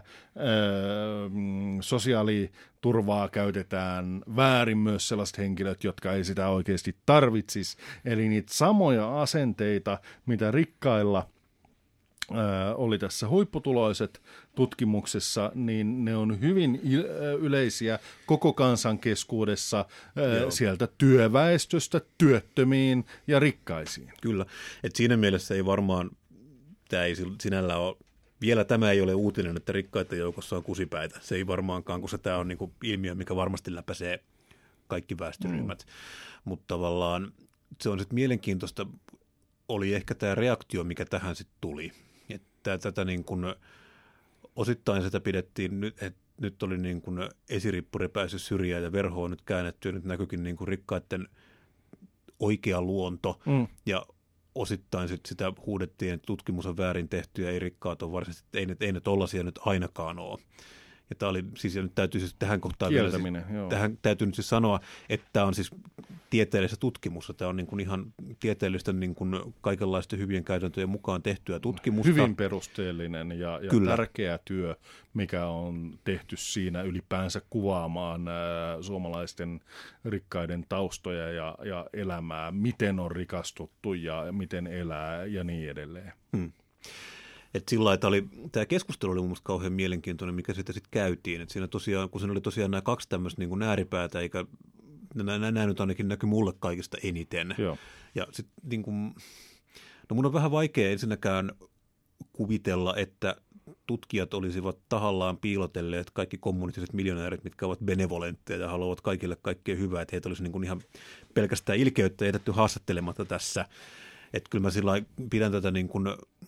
sosiaaliturvaa käytetään väärin myös sellaiset henkilöt, jotka ei sitä oikeasti tarvitsisi. Eli niitä samoja asenteita, mitä rikkailla ö, oli tässä Huipputuloiset tutkimuksessa, niin ne on hyvin yleisiä koko kansan keskuudessa Joo. sieltä työväestöstä työttömiin ja rikkaisiin. Kyllä, että siinä mielessä ei varmaan, tämä ei sinällä ole, vielä tämä ei ole uutinen, että rikkaiden joukossa on kusipäitä. Se ei varmaankaan, koska tämä on niin kuin ilmiö, mikä varmasti läpäisee kaikki väestöryhmät. Mm. Mutta tavallaan se on sitten mielenkiintoista, oli ehkä tämä reaktio, mikä tähän sitten tuli. Että tätä niin kuin osittain sitä pidettiin, nyt, että nyt oli niin kuin esirippuri päässyt syrjään ja verho on nyt käännetty ja nyt näkyykin niin kuin rikkaiden oikea luonto mm. ja osittain sit sitä huudettiin, että tutkimus on väärin tehty ja ei rikkaat ole varsinaisesti, että ei ne, ei ne tollaisia nyt ainakaan ole. Ja tämä oli siis, ja nyt täytyy siis tähän kohtaan vielä, siis, tähän täytyy nyt siis sanoa, että tämä on siis tieteellistä tutkimusta, tämä on niin kuin ihan tieteellistä niin kuin kaikenlaisten hyvien käytäntöjen mukaan tehtyä tutkimusta. Hyvin perusteellinen ja, ja tärkeä työ, mikä on tehty siinä ylipäänsä kuvaamaan ää, suomalaisten rikkaiden taustoja ja, ja elämää, miten on rikastuttu ja miten elää ja niin edelleen. Hmm. Että sillä lailla oli, tämä keskustelu oli mun mielestä kauhean mielenkiintoinen, mikä sitä sitten käytiin. Että siinä tosiaan, kun siinä oli tosiaan nämä kaksi tämmöistä niin kuin ääripäätä, eikä nämä nyt ainakin näkyy mulle kaikista eniten. Joo. Ja sitten niin kuin, no mun on vähän vaikea ensinnäkään kuvitella, että tutkijat olisivat tahallaan piilotelleet kaikki kommunistiset miljonäärit, mitkä ovat benevolentteja ja haluavat kaikille kaikkea hyvää, että heitä olisi niin kuin ihan pelkästään ilkeyttä jätetty haastattelematta tässä. Että kyllä mä sillä pidän tätä niin kuin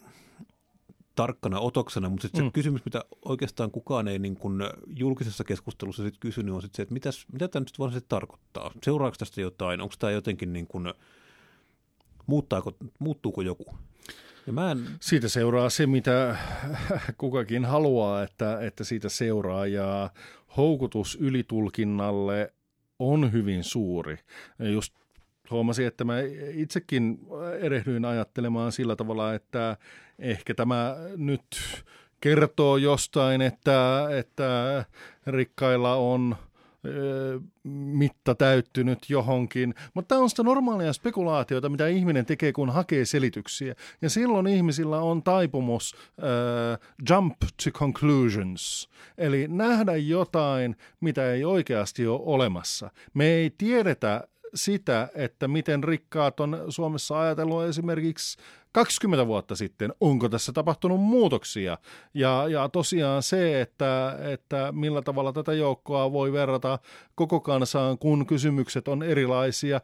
tarkkana otoksena, mutta sitten se mm. kysymys, mitä oikeastaan kukaan ei niin kuin julkisessa keskustelussa sit kysynyt, on sit se, että mitäs, mitä tämä nyt varsinaisesti tarkoittaa? Seuraako tästä jotain? Onko tämä jotenkin, niin kuin, muuttaako, muuttuuko joku? Ja mä en... Siitä seuraa se, mitä kukakin haluaa, että, että siitä seuraa, ja houkutus ylitulkinnalle on hyvin suuri. Just huomasin, että mä itsekin erehdyin ajattelemaan sillä tavalla, että ehkä tämä nyt kertoo jostain, että, että rikkailla on mitta täyttynyt johonkin. Mutta tämä on sitä normaalia spekulaatiota, mitä ihminen tekee, kun hakee selityksiä. Ja silloin ihmisillä on taipumus äh, jump to conclusions, eli nähdä jotain, mitä ei oikeasti ole olemassa. Me ei tiedetä sitä, että miten rikkaat on Suomessa ajatellut esimerkiksi kaksikymmentä vuotta sitten, onko tässä tapahtunut muutoksia. Ja, ja tosiaan se, että, että millä tavalla tätä joukkoa voi verrata koko kansaan, kun kysymykset on erilaisia,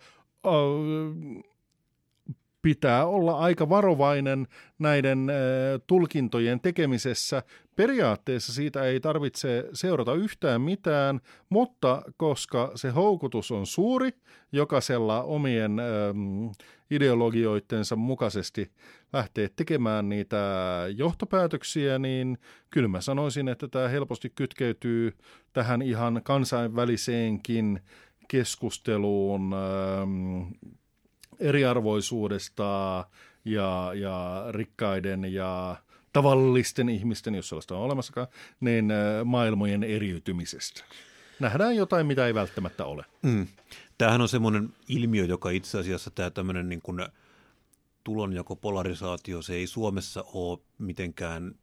pitää olla aika varovainen näiden äh, tulkintojen tekemisessä. Periaatteessa siitä ei tarvitse seurata yhtään mitään, mutta koska se houkutus on suuri, jokaisella omien ähm, ideologioittensa mukaisesti lähtee tekemään niitä johtopäätöksiä, niin kyllä mä sanoisin, että tämä helposti kytkeytyy tähän ihan kansainväliseenkin keskusteluun ähm, eriarvoisuudesta ja, ja rikkaiden ja tavallisten ihmisten, jos sellaista on olemassakaan, niin maailmojen eriytymisestä. Nähdään jotain, mitä ei välttämättä ole. Mm. Tämähän on semmoinen ilmiö, joka itse asiassa tämä tämmöinen niin kuin tulonjakopolarisaatio, se ei Suomessa ole mitenkään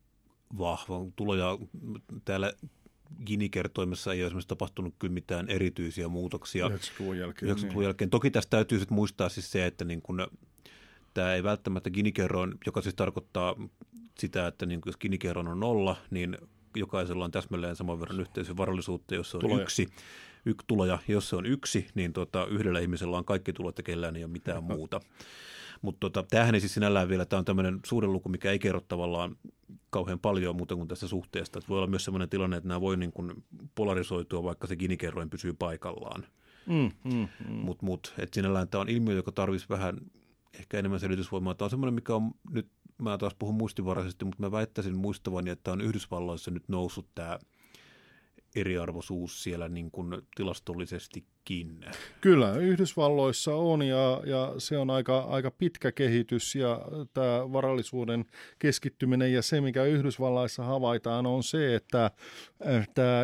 vahva. Tuloja täällä Gini-kertoimessa ei ole esimerkiksi tapahtunut kyllä mitään erityisiä muutoksia yhdeksänkymmentäluvun jälkeen. yhdeksänkymmentäluvun jälkeen. Toki tästä täytyy sitten muistaa siis se, että niin kun, tämä ei välttämättä Gini-kerroin, joka siis tarkoittaa sitä, että niin jos Gini-kerroin on nolla, niin jokaisella on täsmälleen saman verran yhteisövarallisuutta, jos se on tuloja. yksi. Yksi tuloja, jos se on yksi, niin tota, yhdellä ihmisellä on kaikki tulot ja kellään ei ole mitään muuta. Mutta tota, tämähän ei siis sinällään vielä, tämä on tämmöinen suuren luku, mikä ei kerro tavallaan kauhean paljon muuta kuin tästä suhteesta. Et voi olla myös sellainen tilanne, että nämä voi niin kuin polarisoitua, vaikka se Gini-kerroin pysyy paikallaan. Mm, mm, mm. Mutta mut, sinällään tämä on ilmiö, joka tarvitsisi vähän ehkä enemmän selitysvoimaa. Tämä on semmoinen, mikä on nyt, mä taas puhun muistinvaraisesti, mutta mä väittäisin muistavani, että on Yhdysvalloissa nyt noussut tämä eriarvoisuus siellä niin kuin tilastollisestikin. Kyllä, Yhdysvalloissa on ja, ja se on aika, aika pitkä kehitys ja tämä varallisuuden keskittyminen ja se, mikä Yhdysvalloissa havaitaan, on se, että tämä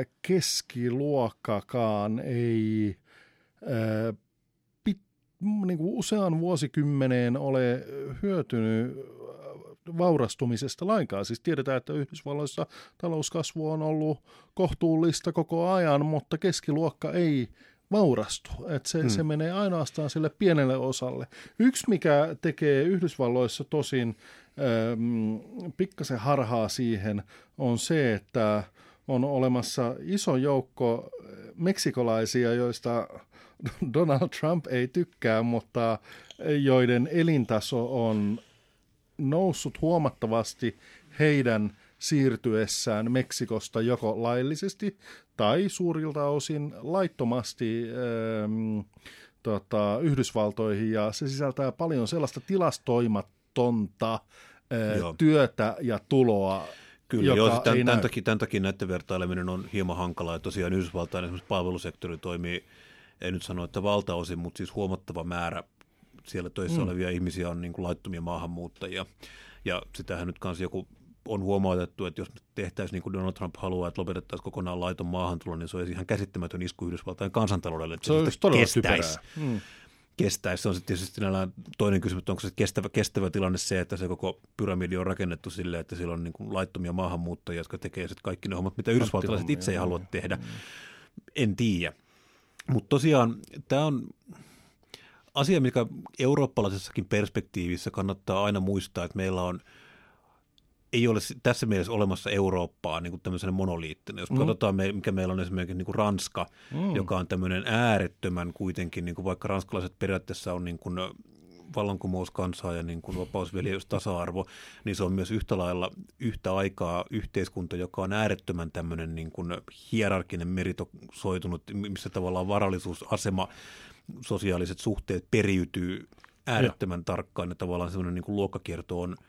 keskiluokkakaan ei ää, pit, niin kuin usean vuosikymmeneen ole hyötynyt vaurastumisesta lainkaan. Siis tiedetään, että Yhdysvalloissa talouskasvu on ollut kohtuullista koko ajan, mutta keskiluokka ei vaurastu. Että se, hmm. se menee ainoastaan sille pienelle osalle. Yksi, mikä tekee Yhdysvalloissa tosin ähm, pikkasen harhaa siihen, on se, että on olemassa iso joukko meksikolaisia, joista Donald Trump ei tykkää, mutta joiden elintaso on noussut huomattavasti heidän siirtyessään Meksikosta joko laillisesti tai suurilta osin laittomasti ähm, tota, Yhdysvaltoihin, ja se sisältää paljon sellaista tilastoimatonta äh, työtä ja tuloa. Kyllä, joo, tämän, tämän, takia, tämän takia näiden vertaileminen on hieman hankalaa, ja tosiaan Yhdysvaltain esimerkiksi palvelusektori toimii, ei nyt sano, että valtaosin, mutta siis huomattava määrä siellä töissä mm. olevia ihmisiä on niin kuin laittomia maahanmuuttajia, ja sitähän nyt kanssa joku on huomautettu, että jos tehtäisiin niin kuin Donald Trump haluaa, että lopetettaisiin kokonaan laiton maahantulo, niin se olisi ihan käsittämätön isku Yhdysvaltain kansantaloudelle, että se, se todella kestäisi. Mm. kestäisi. Se on sitten tietysti toinen kysymys, että onko se kestävä, kestävä tilanne se, että se koko pyramidi on rakennettu silleen, että siellä on niin kuin laittomia maahanmuuttajia, jotka tekee sitten kaikki ne hommat, mitä yhdysvaltalaiset itse ei halua tehdä. Mm. En tiedä. Mutta tosiaan tämä on asia, mikä eurooppalaisessakin perspektiivissä kannattaa aina muistaa, että meillä on ei ole tässä mielessä olemassa Eurooppaa niin kuin tämmöisenä monoliittina. Jos mm. katsotaan, mikä meillä on esimerkiksi niin kuin Ranska, mm. joka on tämmöinen äärettömän kuitenkin, niin kuin vaikka ranskalaiset periaatteessa on niin kuin vallankumouskansaa ja niin kuin vapausveljeys, tasa-arvo, niin se on myös yhtä lailla yhtä aikaa yhteiskunta, joka on äärettömän tämmöinen niin kuin hierarkinen meritosoitunut, missä tavallaan varallisuusasema, sosiaaliset suhteet periytyy äärettömän ja. tarkkaan ja tavallaan semmoinen niin kuin luokkakierto on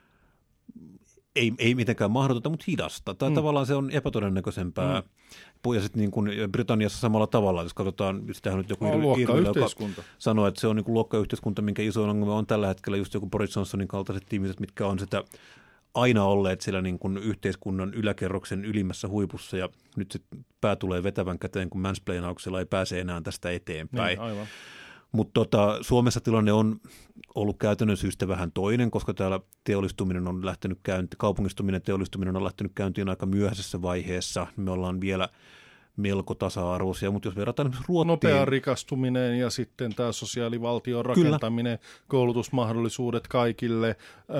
Ei, ei mitenkään mahdotonta, mutta hidasta. Tai mm. tavallaan se on epätodennäköisempää. Mm. Ja sitten niin kuin Britanniassa samalla tavalla, jos katsotaan, sitähän nyt joku no, irvillä, joka sanoo, että se on niin kuin luokkayhteiskunta, minkä iso ongelma on tällä hetkellä just joku Boris Johnsonin kaltaiset ihmiset, mitkä on sitä aina olleet siellä niin kuin yhteiskunnan yläkerroksen ylimmässä huipussa ja nyt se pää tulee vetävän käteen, kun mansplainauksella ei pääse enää tästä eteenpäin. Niin, mutta tota, Suomessa tilanne on ollut käytännön syystä vähän toinen, koska täällä teollistuminen on lähtenyt käyntiin, kaupungistuminen ja teollistuminen on lähtenyt käyntiin aika myöhäisessä vaiheessa. Me ollaan vielä melko tasa-arvoisia, mutta jos verrataan esimerkiksi Ruottiin... Nopea rikastuminen ja sitten tämä sosiaalivaltion rakentaminen, kyllä, koulutusmahdollisuudet kaikille. Öö,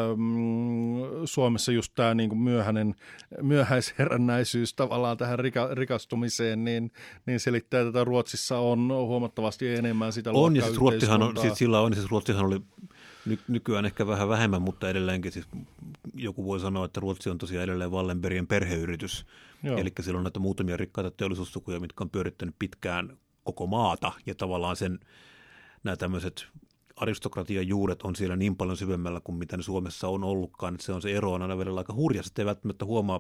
Suomessa just tämä niin kuin myöhäinen, myöhäisherännäisyys tavallaan tähän rika, rikastumiseen, niin, niin selittää tätä. Ruotsissa on huomattavasti enemmän sitä on, ja siis Ruotsihan on, siis sillä on, siis Ruotsihan oli ny, nykyään ehkä vähän vähemmän, mutta edelleenkin siis joku voi sanoa, että Ruotsi on tosiaan edelleen Wallenbergien perheyritys. Joo. Eli siellä on näitä muutamia rikkaita teollisuussukuja, mitkä on pyörittänyt pitkään koko maata, ja tavallaan sen, nämä tämmöiset aristokratian juuret on siellä niin paljon syvemmällä kuin mitä ne Suomessa on ollutkaan, että se on se ero on aina välillä aika hurja, sitä ei välttämättä huomaa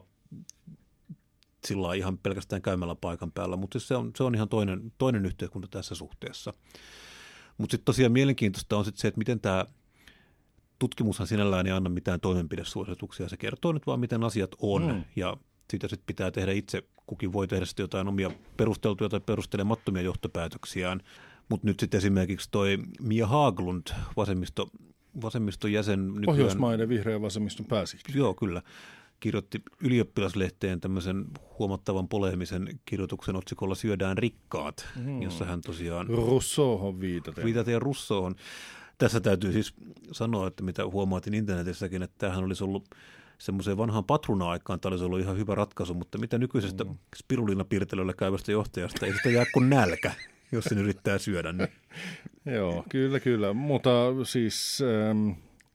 sillä ihan pelkästään käymällä paikan päällä, mutta se on, se on ihan toinen, toinen yhteiskunta tässä suhteessa. Mutta sitten tosiaan mielenkiintoista on sitten se, että miten tämä tutkimushan sinällään ei anna mitään toimenpidesuosituksia, se kertoo nyt vaan, miten asiat on, mm. ja siitä sitten pitää tehdä itse, kukin voi tehdä sitten jotain omia perusteltuja tai perustelemattomia johtopäätöksiään. Mutta nyt sitten esimerkiksi toi Mia Haglund, vasemmisto, vasemmiston jäsen. Nykyään, Pohjoismaiden vihreän vasemmiston pääsihteeri. Joo, kyllä. Kirjoitti Ylioppilaslehteen tämmöisen huomattavan poleemisen kirjoituksen otsikolla Syödään rikkaat, mm. jossa hän tosiaan... Rousseauhon viitaten. Viitaten Rousseauhon. Tässä täytyy siis sanoa, että mitä huomaatin internetissäkin, että tämähän olisi ollut semmoiseen vanhaan patruna-aikaan, tämä olisi ollut ihan hyvä ratkaisu, mutta mitä nykyisestä mm. spiruliinapiirtelöllä käyvästä johtajasta, ei sitä jää kuin nälkä, jos sen yrittää syödä. Niin. Joo, kyllä, kyllä. Mutta siis ähm,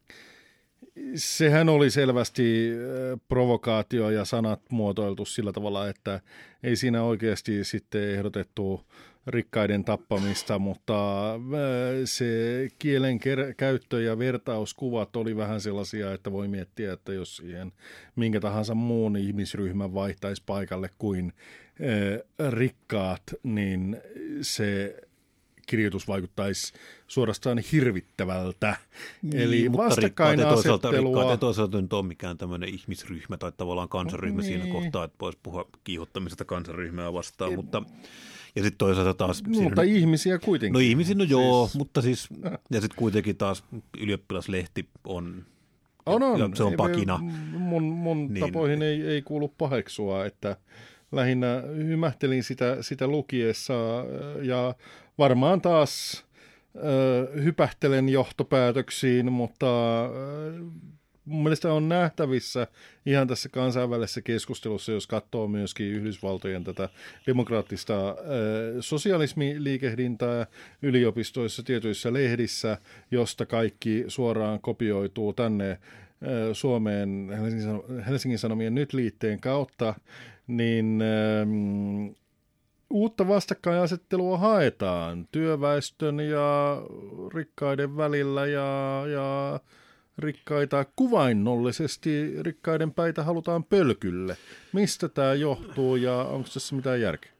sehän oli selvästi äh, provokaatio ja sanat muotoiltu sillä tavalla, että ei siinä oikeasti sitten ehdotettu rikkaiden tappamista, mutta se kielen käyttö ja vertauskuvat oli vähän sellaisia, että voi miettiä, että jos siihen minkä tahansa muun ihmisryhmän vaihtaisi paikalle kuin rikkaat, niin se kirjoitus vaikuttaisi suorastaan hirvittävältä. Niin, Eli vastakkainasettelua... Rikkaat ei toisaalta nyt ole mikään tämmöinen ihmisryhmä tai tavallaan kansanryhmä niin. Siinä kohtaa, että voisi puhua kiihottamisesta kansanryhmää vastaan, Ei, mutta... Ja sitten toisaalta taas... Mutta siinä, ihmisiä kuitenkin. No ihmisiä, no joo, siis, mutta siis... Ja sitten kuitenkin taas Ylioppilaslehti on... On, on. Ja se on pakina. Mun, mun niin. tapoihin ei, ei kuulu paheksua, että lähinnä hymähtelin sitä, sitä lukiessa ja varmaan taas äh, hypähtelen johtopäätöksiin, mutta... Äh, Mun mielestä on nähtävissä ihan tässä kansainvälisessä keskustelussa, jos katsoo myöskin Yhdysvaltojen tätä demokraattista äh, sosialismiliikehdintää yliopistoissa, tietyissä lehdissä, josta kaikki suoraan kopioituu tänne äh, Suomeen Helsingin, Helsingin Sanomien Nyt-liitteen kautta, niin äh, uutta vastakkainasettelua haetaan työväestön ja rikkaiden välillä ja... ja rikkaita kuvainnollisesti, rikkaiden päitä halutaan pölkylle. Mistä tämä johtuu ja onko tässä mitään järkeä?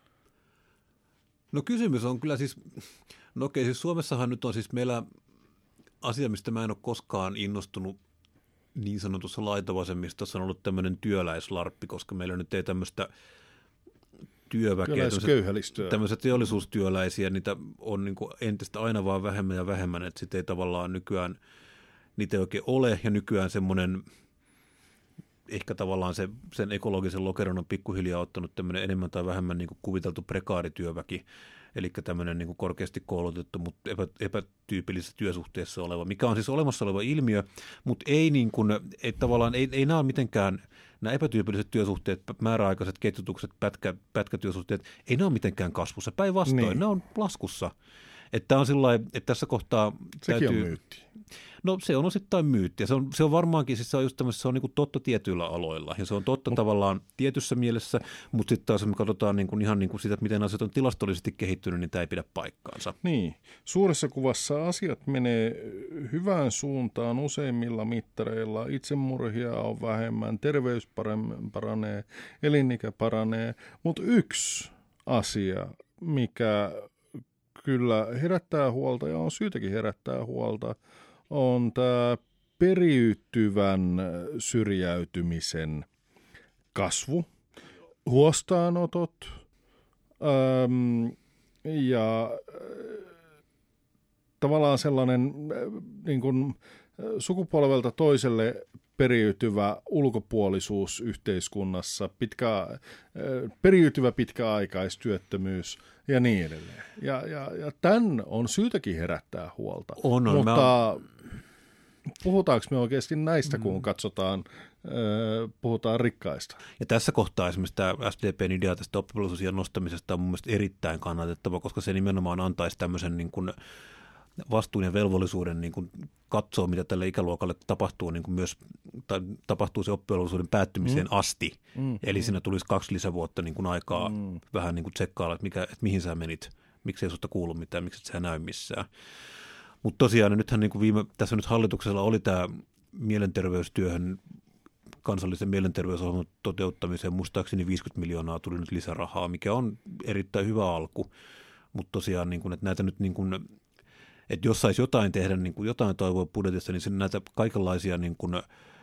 No kysymys on kyllä siis, no okei siis Suomessahan nyt on siis meillä asia, mistä mä en ole koskaan innostunut niin sanotussa laitavasemmistossa on ollut tämmöinen työläislarppi, koska meillä nyt ei tämmöistä työväkeä, tämmöisiä teollisuustyöläisiä, niitä on niin kuin entistä aina vaan vähemmän ja vähemmän, että sitten ei tavallaan nykyään niitä ei oikein ole, ja nykyään semmoinen, ehkä tavallaan se, sen ekologisen lokeron on pikkuhiljaa ottanut tämmöinen enemmän tai vähemmän niin kuin kuviteltu prekaarityöväki, eli tämmöinen niin kuin korkeasti koulutettu, mutta epä, epätyypillisessä työsuhteessa oleva, mikä on siis olemassa oleva ilmiö, mutta ei niin kuin, ei, tavallaan, ei, ei nämä ole mitenkään, nämä epätyypilliset työsuhteet, määräaikaiset ketjutukset, pätkä, pätkätyösuhteet, ei nämä ole mitenkään kasvussa, päinvastoin, niin. Ne on laskussa. Että on sillai, että tässä kohtaa sekin täytyy... on myytti. No se on osittain myytti, ja se on, se on varmaankin, siis se on just tämmöistä, se on niin kuin totta tietyillä aloilla, ja se on totta Mut... tavallaan tietyssä mielessä, mutta sitten taas me katsotaan niin kuin ihan niin kuin sitä, että miten asiat on tilastollisesti kehittynyt, niin tämä ei pidä paikkaansa. Niin, suuressa kuvassa asiat menee hyvään suuntaan useimmilla mittareilla, itsemurhia on vähemmän, terveys paranee, elinikä paranee, mutta yksi asia, mikä kyllä herättää huolta ja on syytäkin herättää huolta, on tämä periytyvän syrjäytymisen kasvu, huostaanotot äm, ja tavallaan sellainen niin kuin sukupolvelta toiselle periytyvä ulkopuolisuus yhteiskunnassa, pitkä, periytyvä pitkäaikaistyöttömyys ja niin edelleen. Ja, ja, ja tämän on syytäkin herättää huolta. On, on. Mutta Mä... puhutaanko me oikeasti näistä, kun katsotaan, puhutaan rikkaista? Ja tässä kohtaa esimerkiksi tämä S D P:n idea tästä oppivelvollisuusiän nostamisesta on mun mielestä erittäin kannatettava, koska se nimenomaan antaisi tämmöisen niin kuin vastuun ja velvollisuuden niin kuin katsoa, mitä tälle ikäluokalle tapahtuu, niin kuin myös tai tapahtuu se oppivelvollisuuden päättymiseen mm. asti. Mm. Eli siinä tulisi kaksi lisävuotta niin kuin aikaa mm. vähän niin kuin tsekkailla, että, mikä, että mihin sä menit, miksi ei susta kuulu mitään, miksi et sä näy missään. Mutta tosiaan nythän niin kuin viime, tässä nyt hallituksella oli tämä mielenterveystyöhön, kansallisen mielenterveysohjelman toteuttamiseen, muistaakseni viisikymmentä miljoonaa tuli nyt lisärahaa, mikä on erittäin hyvä alku, mutta tosiaan niin kuin, että näitä nyt niin kuin että jos saisi jotain tehdä, niin kuin jotain toivoa budjetissa, niin näitä kaikenlaisia niin kuin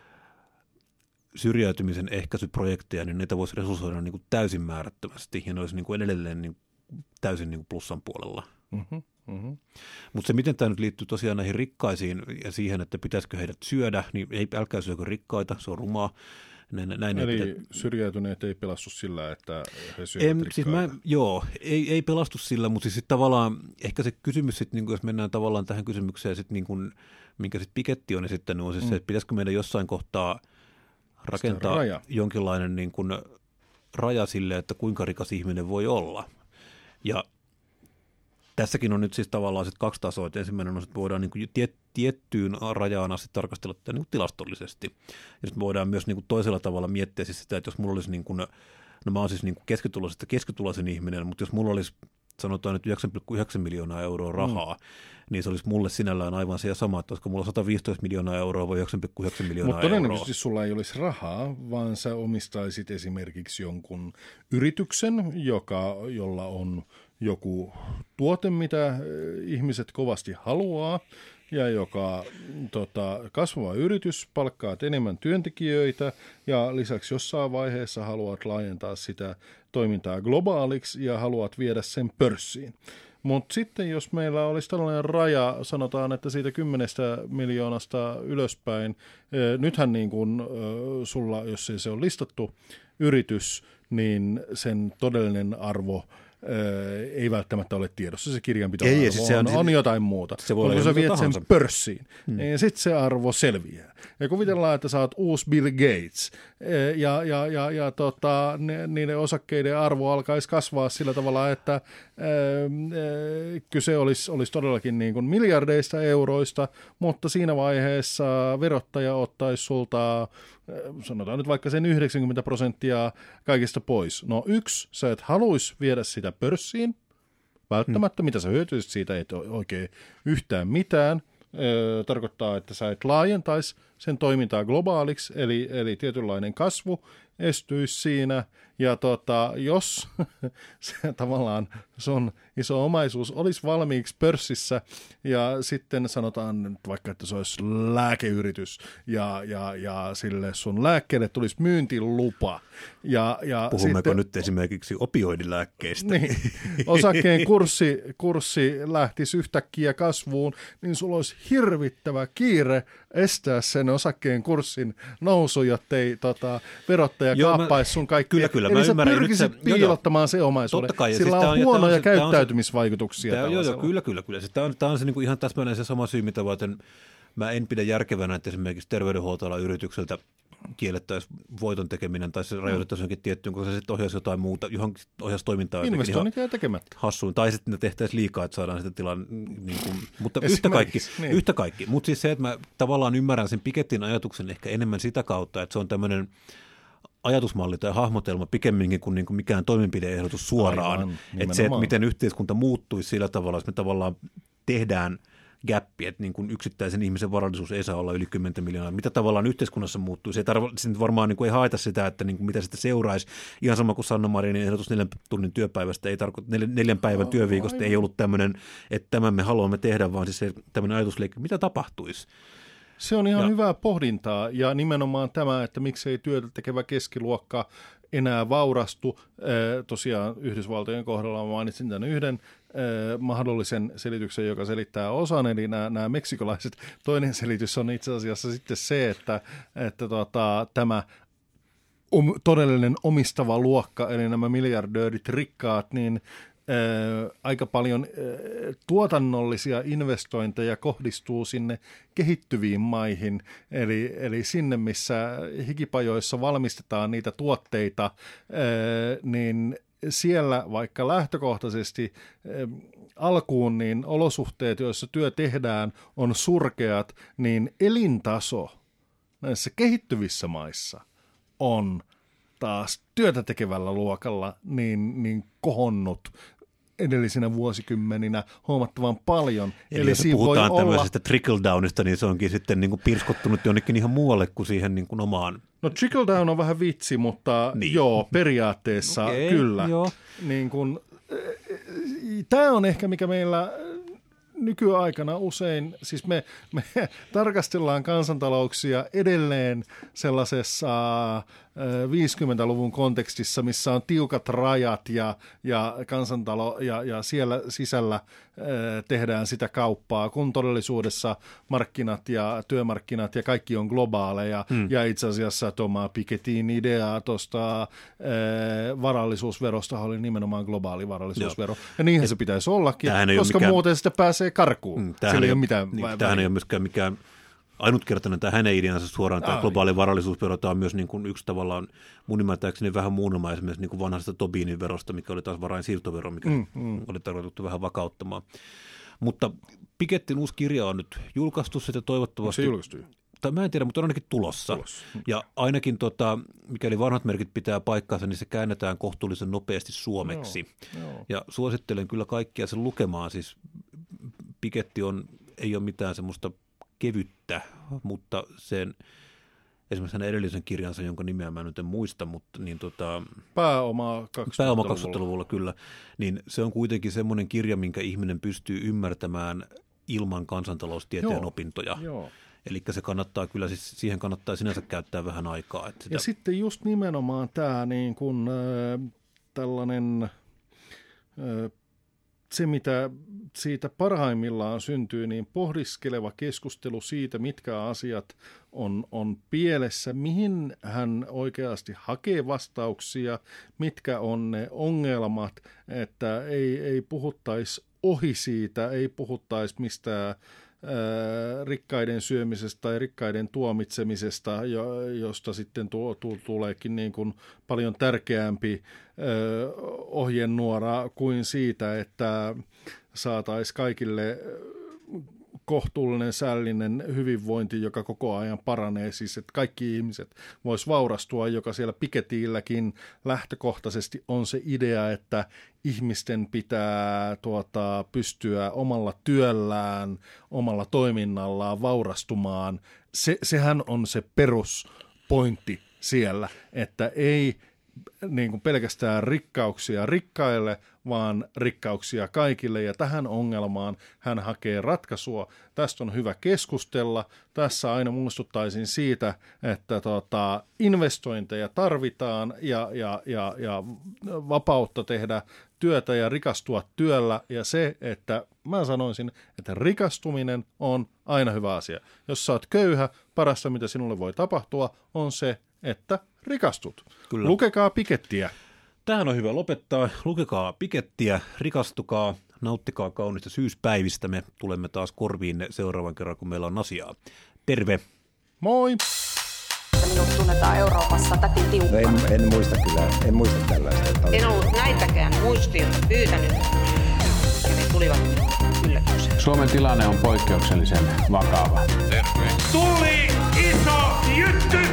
syrjäytymisen ehkäisyprojekteja, niin niitä voisi resurssoida niin kuin täysin määrättömästi, ja ne olisi niin kuin edelleen niin täysin niin kuin plussan puolella. Mm-hmm, mm-hmm. Mutta se, miten tämä nyt liittyy tosiaan näihin rikkaisiin ja siihen, että pitäisikö heidät syödä, niin ei älkää syökö rikkaita, se on rumaa. Näin, näin Eli pitää... syrjäytyneet ei pelastu sillä, että he syövät en, siis mä, Joo, ei, ei pelastu sillä, mutta siis tavallaan ehkä se kysymys, sit, niin kun jos mennään tavallaan tähän kysymykseen, sit, niin kun, minkä sitten Piketty on esittänyt, on siis mm. se, että pitäisikö meidän jossain kohtaa rakentaa raja. jonkinlainen niin kun, raja sille, että kuinka rikas ihminen voi olla. Ja tässäkin on nyt siis tavallaan sit kaksi tasoa, että ensimmäinen on, että voidaan niin kuin tiet, tiettyyn rajaan asti tarkastella tätä niin kuin tilastollisesti. Ja sitten voidaan myös niin kuin toisella tavalla miettiä siis sitä, että jos mulla olisi, niin kuin, no mä oon siis niin kuin keskituloisesta keskituloisen ihminen, mutta jos mulla olisi sanotaan nyt yhdeksän pilkku yhdeksän miljoonaa euroa rahaa, mm. niin se olisi mulle sinällään aivan se ja sama, että olisiko mulla sata viisitoista miljoonaa euroa vai yhdeksän pilkku yhdeksän miljoonaa euroa. Mutta todennäköisesti sulla ei olisi rahaa, vaan sä omistaisit esimerkiksi jonkun yrityksen, joka, jolla on joku tuote, mitä ihmiset kovasti haluaa, ja joka tota, kasvava yritys, palkkaat enemmän työntekijöitä, ja lisäksi jossain vaiheessa haluat laajentaa sitä toimintaa globaaliksi, ja haluat viedä sen pörssiin. Mutta sitten jos meillä olisi tällainen raja, sanotaan, että siitä kymmenestä miljoonasta ylöspäin, nythän niin kun sulla, jos ei se ole listattu yritys, niin sen todellinen arvo ei välttämättä ole tiedossa. Se kirjanpito ei, siis on, on, on jotain muuta. Se voi kun sä viet tahansa sen pörssiin, hmm. niin sitten se arvo selviää. Ja kuvitellaan, että sä oot uusi Bill Gates, ja, ja, ja, ja tota, niiden osakkeiden arvo alkaisi kasvaa sillä tavalla, että ää, kyse olisi, olisi todellakin niin kuin miljardeista euroista, mutta siinä vaiheessa verottaja ottaisi sulta, sanotaan nyt vaikka sen yhdeksänkymmentä prosenttia kaikista pois. No yksi, sä et haluaisi viedä sitä pörssiin, välttämättä, hmm. mitä sä hyötyisit siitä, ei oikein yhtään mitään. Öö, tarkoittaa, että sä et laajentaisi sen toimintaa globaaliksi, eli, eli tietynlainen kasvu estyisi siinä, ja tota, jos se tavallaan sun iso omaisuus olisi valmiiksi pörssissä, ja sitten sanotaan vaikka, että se olisi lääkeyritys, ja, ja, ja sille sun lääkkeelle tulisi myyntilupa. Ja, ja Puhummeko sitten, nyt esimerkiksi opioidilääkkeistä? Niin, osakkeen kurssi, kurssi lähtisi yhtäkkiä kasvuun, niin sulla olisi hirvittävä kiire estää sen osakkeen kurssin nousu, jottei tota, verottaja Joo, kaappaisi sun kaikki. Kyllä, kyllä. Eli sä pyrkisit piilottamaan se omaisuuden. Kai, Sillä siis on, on huonoja on, käyttäytymisvaikutuksia. Tämä, joo, joo, kyllä, kyllä. kyllä. Siis tämä on, tämä on se, niin kuin ihan täsmälleen se sama syy, mitä varten mä en pidä järkevänä, että esimerkiksi terveydenhuoltoalan yritykseltä kiellettäisiin voiton tekeminen tai se rajoitettaisiin johonkin tiettyyn, koska se sitten ohjaisi jotain muuta, johonkin ohjaisi toimintaa. Investoinnit jää tekemättä. Hassuun. Tai sitten ne tehtäisiin liikaa, että saadaan sitä tilan, niin kuin, mutta yhtä kaikki. Niin. Yhtä kaikki. Mutta siis se, että mä tavallaan ymmärrän sen Pikettin ajatuksen ehkä enemmän sitä kautta, että se on tämmöinen ajatusmalli tai hahmotelma pikemminkin kuin, niin kuin mikään toimenpideehdotus suoraan. Aivan, että se, että miten yhteiskunta muuttuisi sillä tavalla, että me tavallaan tehdään gappi, että niin kuin yksittäisen ihmisen varallisuus ei saa olla yli kymmenen miljoonaa. Mitä tavallaan yhteiskunnassa muuttuu? Se ei tarv- varmaan niin kuin ei haeta sitä, että niin kuin mitä sitten seuraisi. Ihan sama kuin Sanna Marinin ehdotus neljän tunnin työpäivästä, ei tarkoita neljän, neljän päivän työviikosta, ei ollut tämmöinen, että tämän me haluamme tehdä, vaan siis se tämmöinen ajatusleikki, mitä tapahtuisi? Se on ihan Ja- hyvää pohdintaa ja nimenomaan tämä, että miksei työtä tekevä keskiluokka enää vaurastu. Ee, tosiaan Yhdysvaltojen kohdalla mainitsin tämän yhden ee, mahdollisen selityksen, joka selittää osan, eli nämä, nämä meksikolaiset. Toinen selitys on itse asiassa sitten se, että, että tota, tämä om, todellinen omistava luokka, eli nämä miljardöörit, rikkaat, niin Ää, aika paljon ää, tuotannollisia investointeja kohdistuu sinne kehittyviin maihin, eli, eli sinne, missä hikipajoissa valmistetaan niitä tuotteita, ää, niin siellä vaikka lähtökohtaisesti ää, alkuun niin olosuhteet, joissa työ tehdään, on surkeat, niin elintaso näissä kehittyvissä maissa on taas työtä tekevällä luokalla niin, niin kohonnut edellisinä vuosikymmeninä huomattavan paljon. Eli, Eli jos siinä puhutaan voi olla... tämmöisestä trickle-downista, niin se onkin sitten niin kuin pirskottunut jonnekin ihan muualle kuin siihen niin kuin omaan. No trickle down on vähän vitsi, mutta Niin. joo, periaatteessa Okei, kyllä. joo. Niin kun, tämä on ehkä mikä meillä nykyaikana usein, siis me, me tarkastellaan kansantalouksia edelleen sellaisessa viisikymmentäluvun kontekstissa, missä on tiukat rajat ja, ja kansantalo ja, ja siellä sisällä tehdään sitä kauppaa, kun todellisuudessa markkinat ja työmarkkinat ja kaikki on globaaleja hmm. ja itse asiassa Thomas Pikettyn idea tuosta varallisuusverosta oli nimenomaan globaali varallisuusvero. Joo. Ja niinhän se pitäisi ollakin, koska mikään... muuten sitä pääsee karkuun. Hmm, Sillä ei ole mitään niin, vä- tämähän ei ole myöskään mikään ainutkertainen tämä hänen ideansa suoraan, tämä globaali varallisuusvero, tämä on myös niin kuin yksi tavallaan mun ymmärtääkseni vähän muunnelma esimerkiksi niin kuin vanhasta Tobinin verosta, mikä oli taas varainsiirtovero, mikä mm, mm. oli tarkoitettu vähän vakauttamaan. Mutta Pikettyn uusi kirja on nyt julkaistu, sitä toivottavasti... Se julkaistu? Tai mä en tiedä, mutta on ainakin tulossa. tulossa. Ja ainakin, tota, mikäli vanhat merkit pitää paikkaansa, niin se käännetään kohtuullisen nopeasti suomeksi. Joo, joo. Ja suosittelen kyllä kaikkia sen lukemaan. Siis Piketty on, ei ole mitään semmoista kevyttä, mutta sen, esimerkiksi hänen edellisen kirjansa, jonka nimeä mä nyt en muista, mutta niin tota, Pääoma kaksikymmentäluvulla kyllä, niin se on kuitenkin semmoinen kirja, minkä ihminen pystyy ymmärtämään ilman kansantaloustieteen Joo. opintoja. Joo. Eli se kannattaa kyllä, siis siihen kannattaa sinänsä käyttää vähän aikaa. Että sitä... Ja sitten just nimenomaan tämä niin kuin, äh, tällainen, äh, se mitä siitä parhaimmillaan syntyy, niin pohdiskeleva keskustelu siitä, mitkä asiat on, on pielessä, mihin hän oikeasti hakee vastauksia, mitkä on ne ongelmat, että ei, ei puhuttaisi ohi siitä, ei puhuttaisi mistään rikkaiden syömisestä tai rikkaiden tuomitsemisesta, josta sitten tuo, tuo, tuleekin niin kuin paljon tärkeämpi ö, ohjenuora kuin siitä, että saataisiin kaikille kohtuullinen, säällinen hyvinvointi, joka koko ajan paranee, siis että kaikki ihmiset vois vaurastua, joka siellä Pikettilläkin lähtökohtaisesti on se idea, että ihmisten pitää tuota, pystyä omalla työllään, omalla toiminnallaan vaurastumaan. Se, sehän on se peruspointti siellä, että ei niin kuin pelkästään rikkauksia rikkaille, vaan rikkauksia kaikille, ja tähän ongelmaan hän hakee ratkaisua. Tästä on hyvä keskustella. Tässä aina muistuttaisin siitä, että tota, investointeja tarvitaan ja, ja, ja, ja vapautta tehdä työtä ja rikastua työllä, ja se, että mä sanoisin, että rikastuminen on aina hyvä asia. Jos sä oot köyhä, parasta mitä sinulle voi tapahtua on se, että rikastut. Kyllä. Lukekaa Pikettiä. Tähän on hyvä lopettaa. Lukekaa Pikettiä, rikastukaa, nauttikaa kaunista syyspäivistä. Me tulemme taas korviinne seuraavan kerran, kun meillä on asiaa. Terve! Moi! Minut tunnetaan Euroopassa täti tiukka. No en, en muista kyllä, en muista tällaista. Että En ollut näitäkään muistiota pyytänyt ja ne tulivat yllätyksenä. Suomen tilanne on poikkeuksellisen vakava. Tuli iso jytty!